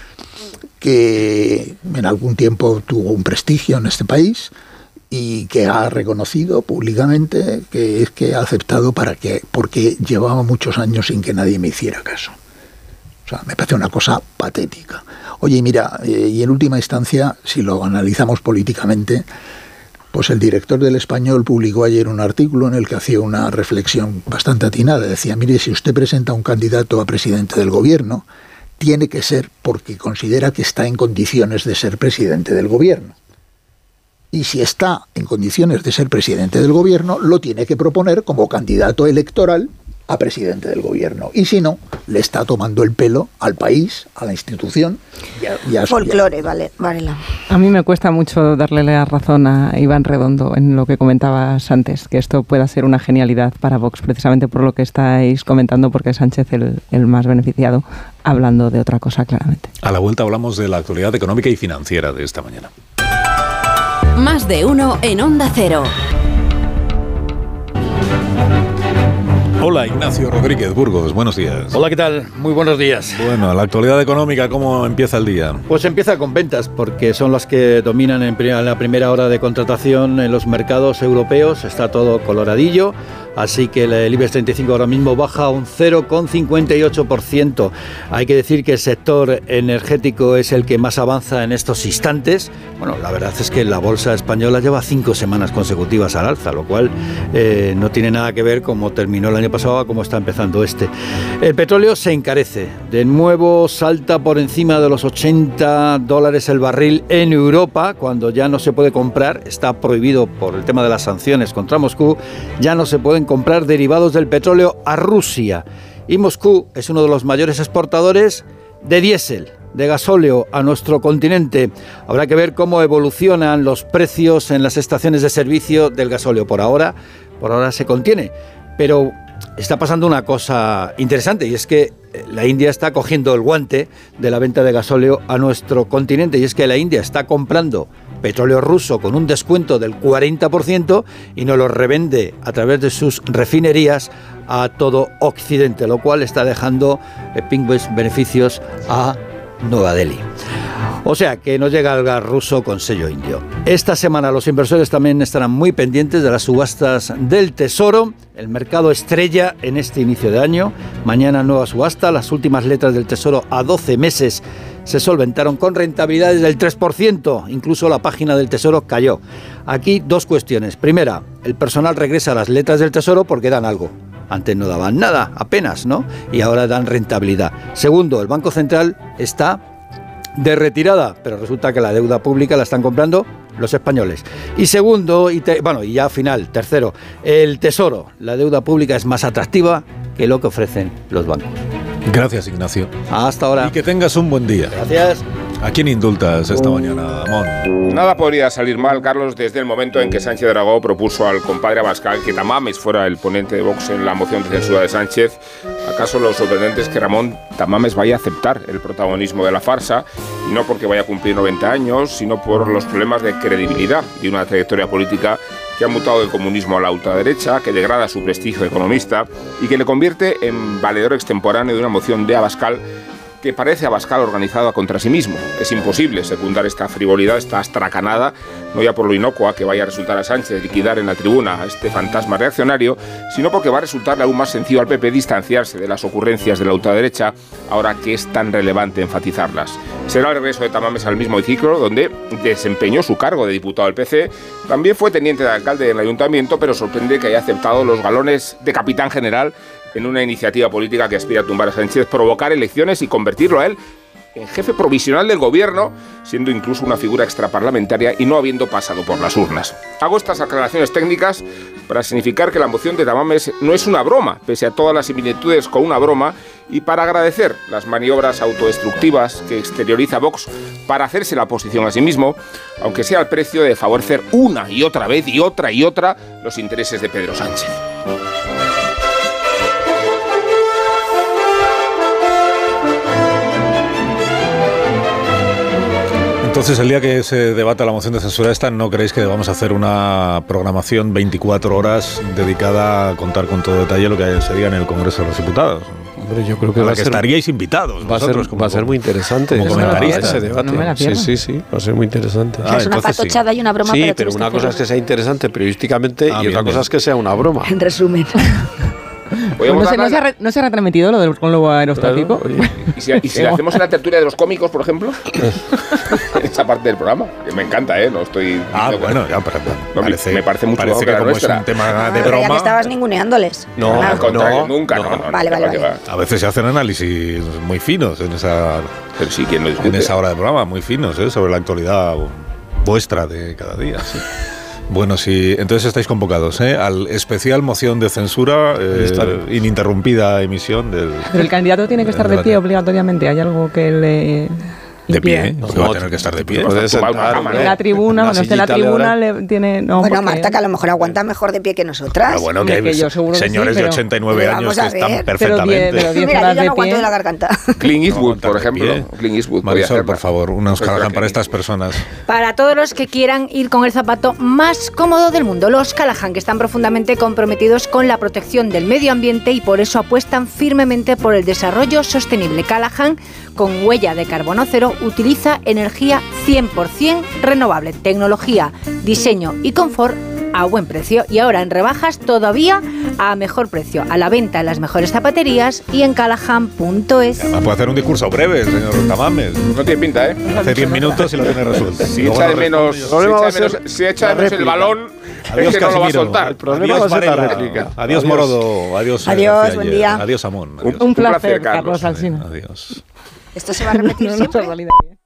que en algún tiempo tuvo un prestigio en este país y que ha reconocido públicamente que ha aceptado porque llevaba muchos años sin que nadie me hiciera caso. O sea, me parece una cosa patética. Oye, mira, y en última instancia, si lo analizamos políticamente, pues el director del Español publicó ayer un artículo en el que hacía una reflexión bastante atinada. Decía, mire, si usted presenta un candidato a presidente del gobierno, tiene que ser porque considera que está en condiciones de ser presidente del gobierno. Y si está en condiciones de ser presidente del gobierno, lo tiene que proponer como candidato electoral a presidente del gobierno. Y si no, le está tomando el pelo al país, a la institución y a folclore, Varela. A mí me cuesta mucho darle la razón a Iván Redondo en lo que comentabas antes, que esto pueda ser una genialidad para Vox, precisamente por lo que estáis comentando, porque es Sánchez el más beneficiado, hablando de otra cosa claramente. A la vuelta hablamos de la actualidad económica y financiera de esta mañana. Más de uno en Onda Cero. Hola, Ignacio Rodríguez Burgos, buenos días. Hola, ¿qué tal? Muy buenos días. Bueno, la actualidad económica, ¿cómo empieza el día? Pues empieza con ventas, porque son las que dominan en la primera hora de contratación en los mercados europeos. Está todo coloradillo, así que el IBEX 35 ahora mismo baja un 0,58%. Hay que decir que el sector energético es el que más avanza en estos instantes. Bueno, la verdad es que la bolsa española lleva 5 semanas consecutivas al alza, lo cual no tiene nada que ver cómo terminó el año pasado a cómo está empezando este. El petróleo se encarece, de nuevo salta por encima de los $80 el barril en Europa, cuando ya no se puede comprar, está prohibido por el tema de las sanciones contra Moscú, ya no se pueden comprar derivados del petróleo a Rusia. Y Moscú es uno de los mayores exportadores de diésel, de gasóleo a nuestro continente. Habrá que ver cómo evolucionan los precios en las estaciones de servicio del gasóleo. Por ahora se contiene, pero está pasando una cosa interesante, y es que la India está cogiendo el guante de la venta de gasóleo a nuestro continente, y es que la India está comprando petróleo ruso con un descuento del 40% y nos lo revende a través de sus refinerías a todo Occidente, lo cual está dejando pingües beneficios a Nueva Delhi. O sea, que no llega el gas ruso con sello indio. Esta semana los inversores también estarán muy pendientes de las subastas del Tesoro, el mercado estrella en este inicio de año. Mañana nueva subasta, las últimas letras del Tesoro a 12 meses se solventaron con rentabilidades del 3%, incluso la página del Tesoro cayó. Aquí dos cuestiones. Primera, el personal regresa a las letras del Tesoro porque dan algo. Antes no daban nada, apenas, ¿no? Y ahora dan rentabilidad. Segundo, el Banco Central está de retirada, pero resulta que la deuda pública la están comprando los españoles. Y segundo, y ya final, tercero, el Tesoro, la deuda pública es más atractiva que lo que ofrecen los bancos. Gracias, Ignacio. Hasta ahora. Y que tengas un buen día. Gracias. ¿A quién indultas esta mañana, Amón? Nada podría salir mal, Carlos, desde el momento en que Sánchez Dragó propuso al compadre Abascal que Tamames fuera el ponente de Vox en la moción de censura de Sánchez. ¿Acaso lo sorprendente es que Ramón Tamames vaya a aceptar el protagonismo de la farsa? Y no porque vaya a cumplir 90 años, sino por los problemas de credibilidad de una trayectoria política que ha mutado del comunismo a la ultraderecha, que degrada su prestigio de economista y que le convierte en valedor extemporáneo de una moción de Abascal que parece Abascal organizada contra sí mismo. Es imposible secundar esta frivolidad, esta astracanada, no ya por lo inocua que vaya a resultar a Sánchez liquidar en la tribuna a este fantasma reaccionario, sino porque va a resultarle aún más sencillo al PP distanciarse de las ocurrencias de la ultraderecha, ahora que es tan relevante enfatizarlas. Será el regreso de Tamames al mismo ciclo, donde desempeñó su cargo de diputado del PC, también fue teniente de alcalde en el ayuntamiento, pero sorprende que haya aceptado los galones de capitán general en una iniciativa política que aspira a tumbar a Sánchez, provocar elecciones y convertirlo a él en jefe provisional del gobierno, siendo incluso una figura extraparlamentaria y no habiendo pasado por las urnas. Hago estas aclaraciones técnicas para significar que la moción de Tamames no es una broma, pese a todas las similitudes con una broma, y para agradecer las maniobras autodestructivas que exterioriza Vox para hacerse la oposición a sí mismo, aunque sea al precio de favorecer una y otra vez y otra los intereses de Pedro Sánchez. Entonces, el día que se debata la moción de censura esta, ¿no creéis que debamos hacer una programación 24 horas dedicada a contar con todo detalle lo que se diga en el Congreso de los Diputados? Hombre, yo creo que estaríais invitados. Va a ser muy interesante. Como comentaristas. Ese debate. No sí, va a ser muy interesante. Es una patochada y una broma. Sí, pero una cosa es que sea interesante periodísticamente y otra cosa es que sea una broma. En resumen. ¿No se ha retransmitido lo del globo aerostático? Claro, ¿Y si le hacemos una tertulia de los cómicos, por ejemplo? Esa parte del programa, que me encanta, ¿eh? No estoy... bueno, ya, pero me parece mucho mejor que como nuestra. Es un tema de pero broma... ya que estabas ninguneándoles. No, al contrario, nunca. Vale. A veces se hacen análisis muy finos en esa... Pero sí, ¿quién lo discute? En esa hora de programa, muy finos, sobre la actualidad vuestra de cada día, sí. Bueno, sí, entonces estáis convocados al especial moción de censura, ininterrumpida emisión del... Pero el candidato tiene que estar de pie obligatoriamente. ¿Hay algo que le De pie, porque va a tener que estar de pie. En la tribuna, cuando esté en la tribuna le tiene... No, bueno, Marta, que a lo mejor aguanta mejor de pie que nosotras. Pero bueno, que hay señores de 89 años que están perfectamente. Mira, yo ya no aguanto de la garganta. Clint Eastwood, por ejemplo. Clint Eastwood. Marisol, por favor, unos Callahan para estas personas. Para todos los que quieran ir con el zapato más cómodo del mundo, los Callahan, que están profundamente comprometidos con la protección del medio ambiente y por eso apuestan firmemente por el desarrollo sostenible. Callahan, con huella de carbono cero, utiliza energía 100% renovable, tecnología, diseño y confort a buen precio. Y ahora en rebajas todavía a mejor precio. A la venta en las mejores zapaterías y en callahan.es. Además puede hacer un discurso breve, señor Tamames. No tiene pinta, ¿eh? Hace 10 minutos y lo tiene resuelto. Si echa de menos el balón, adiós, es que no lo va a soltar. El problema va a ser la réplica. Adiós, Morodo. Adiós, buen día. Adiós, Amón. Un placer, Carlos Alsina. Adiós. ¿Esto se va a repetir siempre?